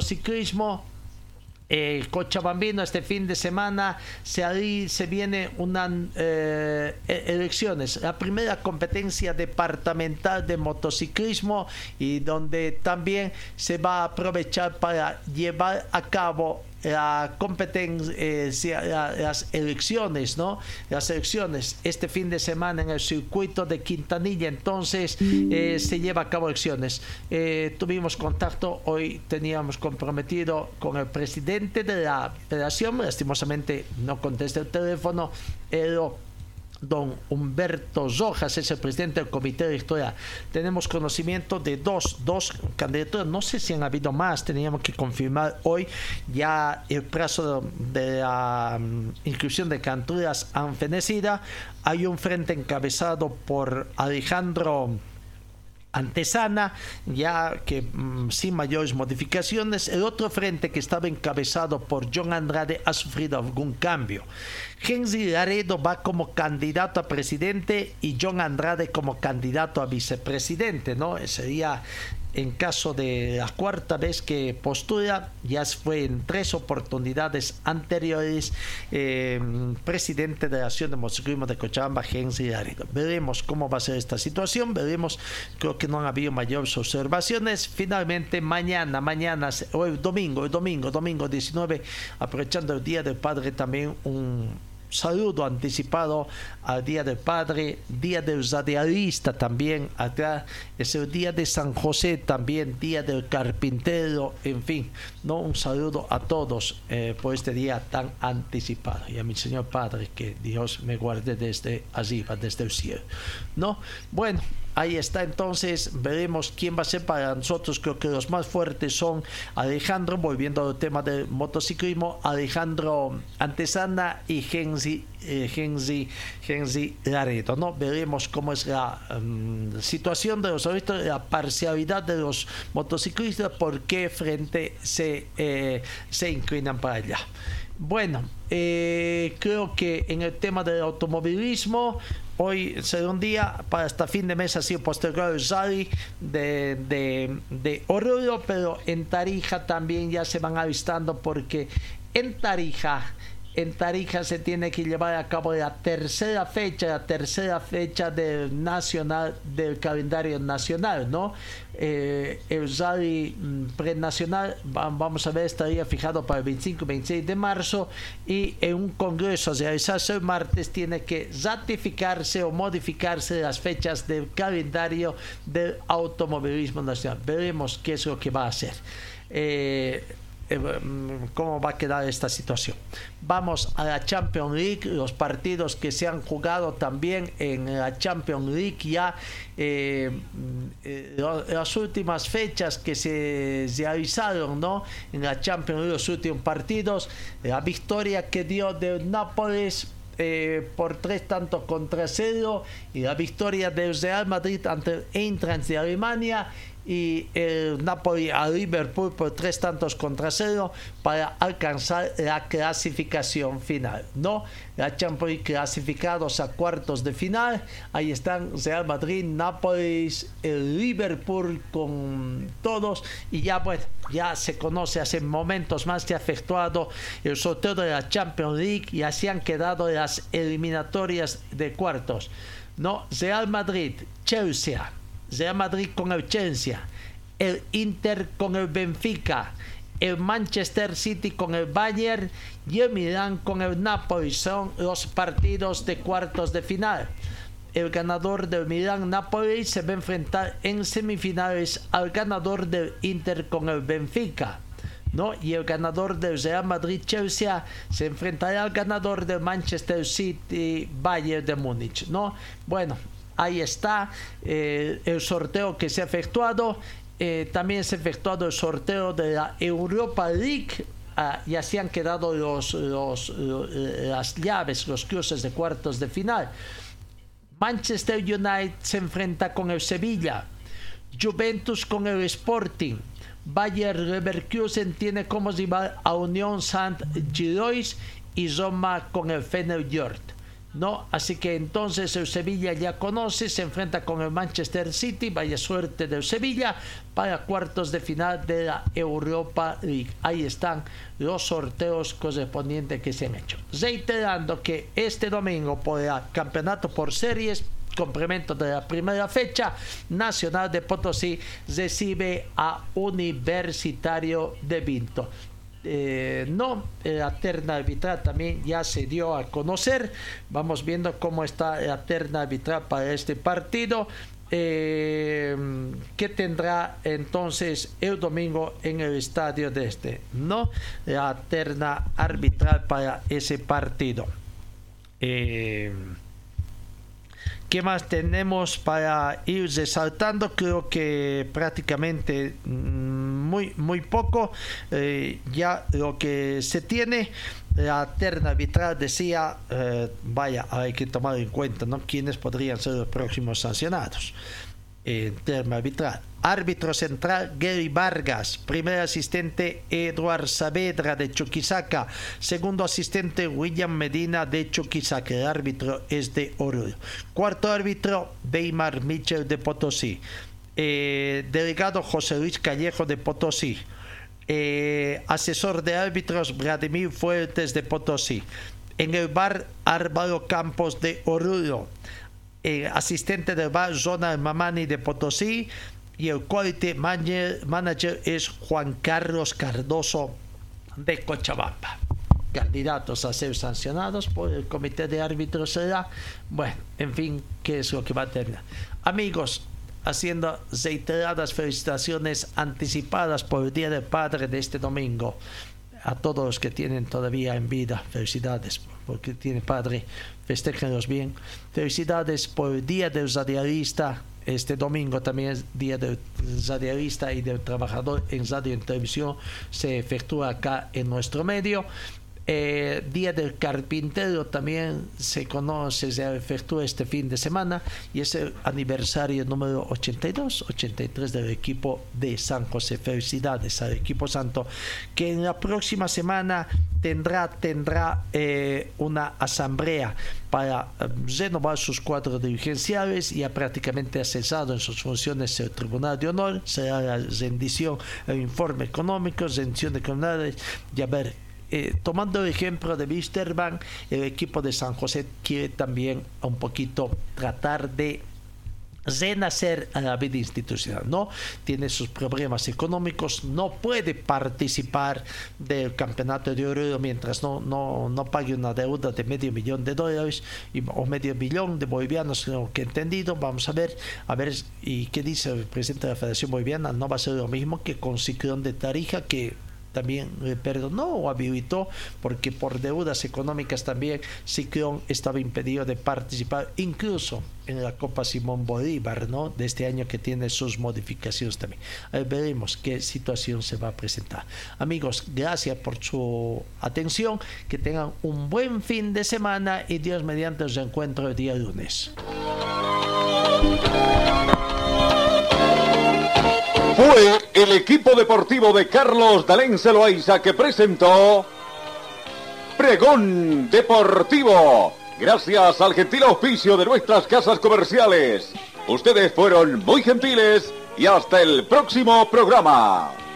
Cochabambino, este fin de semana se viene unas elecciones, la primera competencia departamental de motociclismo, y donde también se va a aprovechar para llevar a cabo la competencia, las elecciones, ¿no? Las elecciones este fin de semana en el circuito de Quintanilla. Entonces se lleva a cabo elecciones. Tuvimos contacto, hoy teníamos comprometido con el presidente de la federación, lastimosamente no contesta el teléfono, don Humberto Rojas es el presidente del comité electoral. Tenemos conocimiento de dos candidaturas, no sé si han habido más, teníamos que confirmar hoy. Ya el plazo de la inscripción de candidaturas han fenecido. Hay un frente encabezado por Alejandro Antesana, ya que sin mayores modificaciones. El otro frente, que estaba encabezado por John Andrade, ha sufrido algún cambio. Henry Laredo va como candidato a presidente y John Andrade como candidato a vicepresidente, ¿no? Sería en caso de la cuarta vez que postula, ya fue en 3 oportunidades anteriores presidente de la Asociación de Motociclismo de Cochabamba, Henry Laredo. Veremos cómo va a ser esta situación, veremos, creo que no han habido mayores observaciones. Finalmente mañana, hoy domingo 19, aprovechando el Día del Padre, también un saludo anticipado al Día del Padre, Día del Radialista también, acá es el Día de San José también, Día del Carpintero, en fin, ¿no? Un saludo a todos por este día tan anticipado, y a mi Señor Padre, que Dios me guarde desde arriba, desde el cielo, ¿no? Bueno, ahí está, entonces veremos quién va a ser para nosotros. Creo que los más fuertes son Alejandro, volviendo al tema del motociclismo, Alejandro Antesana y Henry Laredo, ¿no? Veremos cómo es la situación de los árbitros, la parcialidad de los motociclistas, por qué frente se inclinan para allá. Bueno, creo que en el tema del automovilismo, hoy será un día, para hasta fin de mes ha sido postergado el rally de Oruro, pero en Tarija también ya se van avistando, porque en Tarija se tiene que llevar a cabo la tercera fecha del nacional, del calendario nacional, ¿no? El rally prenacional, vamos a ver, estaría fijado para el 25 y 26 de marzo, y en un congreso a realizarse el martes tiene que ratificarse o modificarse las fechas del calendario del automovilismo nacional. Veremos qué es lo que va a hacer. Cómo va a quedar esta situación. Vamos a la Champions League, los partidos que se han jugado también en la Champions League, ya las últimas fechas que se realizaron, ¿no? En la Champions League, los últimos partidos, la victoria que dio del Nápoles por 3-0, y la victoria del Real Madrid ante el Eintracht de Alemania, y el Napoli a Liverpool por 3-0 para alcanzar la clasificación final, ¿no? La Champions League clasificados a cuartos de final. Ahí están Real Madrid, Nápoles, el Liverpool, con todos, y ya bueno, ya se conoce, hace momentos más se ha efectuado el sorteo de la Champions League y así han quedado las eliminatorias de cuartos, ¿no? Real Madrid, Chelsea, Real Madrid con el Chelsea, el Inter con el Benfica, el Manchester City con el Bayern y el Milán con el Napoli. Son los partidos de cuartos de final. El ganador del Milán-Napoli se va a enfrentar en semifinales al ganador del Inter con el Benfica, ¿no? Y el ganador del Real Madrid-Chelsea se enfrentará al ganador del Manchester City-Bayern de Múnich, ¿no? Bueno, ahí está el sorteo que se ha efectuado. También se ha efectuado el sorteo de la Europa League, y así han quedado las llaves, los cruces de cuartos de final. Manchester United se enfrenta con el Sevilla, Juventus con el Sporting, Bayer Leverkusen tiene como rival a Unión Saint-Gilloise y Roma con el Feyenoord, ¿no? Así que entonces el Sevilla ya conoce, se enfrenta con el Manchester City, vaya suerte del Sevilla para cuartos de final de la Europa League. Ahí están los sorteos correspondientes que se han hecho. Reiterando que este domingo por el campeonato por series, complemento de la primera fecha, Nacional de Potosí recibe a Universitario de Vinto. La terna arbitral también ya se dio a conocer. Vamos viendo cómo está la terna arbitral para este partido, que tendrá entonces el domingo en el estadio de ¿no? La terna arbitral para ese partido. ¿Qué más tenemos para ir resaltando? Creo que prácticamente muy poco. Ya lo que se tiene, la terna arbitral decía, hay que tomar en cuenta, ¿no? Quiénes podrían ser los próximos sancionados. Terna arbitral: árbitro central Gary Vargas, primer asistente Eduard Saavedra de Chuquisaca, segundo asistente William Medina de Chuquisaca, el árbitro es de Oruro, cuarto árbitro Weimar Mitchell de Potosí, delegado José Luis Callejo de Potosí, asesor de árbitros Vladimir Fuertes de Potosí, en el bar Álvaro Campos de Oruro, asistente del bar Ronald Mamani de Potosí, y el quality manager es Juan Carlos Cardoso de Cochabamba. Candidatos a ser sancionados por el comité de árbitros será, bueno, en fin, qué es lo que va a terminar. Amigos, haciendo reiteradas felicitaciones anticipadas por el Día del Padre de este domingo a todos los que tienen todavía en vida. Felicidades porque tiene padre, festéjenlos bien. Felicidades por el Día del Radialista. Este domingo también es Día del Radialista y del Trabajador en Radio y Televisión. Se efectúa acá en nuestro medio. Día del Carpintero también se efectúa este fin de semana y es el aniversario número 83 del equipo de San José. Felicidades al equipo santo, que en la próxima semana tendrá una asamblea para renovar sus cuadros dirigenciales. Ya prácticamente ha cesado en sus funciones el Tribunal de Honor. Será la rendición, el informe económico, rendición de criminales y a ver. Tomando el ejemplo de Wisterman, el equipo de San José quiere también un poquito tratar de renacer a la vida institucional, ¿no? Tiene sus problemas económicos, no puede participar del campeonato de Oruro mientras no pague una deuda de $500,000 o $500,000 de bolivianos, lo que he entendido. Vamos a ver y qué dice el presidente de la Federación Boliviana. No va a ser lo mismo que con Ciclón de Tarija, que también le perdonó o habilitó, porque por deudas económicas también Ciclón estaba impedido de participar incluso en la Copa Simón Bolívar, ¿no?, de este año, que tiene sus modificaciones también. Veremos qué situación se va a presentar. Amigos, gracias por su atención, que tengan un buen fin de semana y Dios mediante os encuentro el día lunes. Fue el equipo deportivo de Carlos D'Alence Loaiza que presentó Pregón Deportivo. Gracias al gentil auspicio de nuestras casas comerciales. Ustedes fueron muy gentiles y hasta el próximo programa.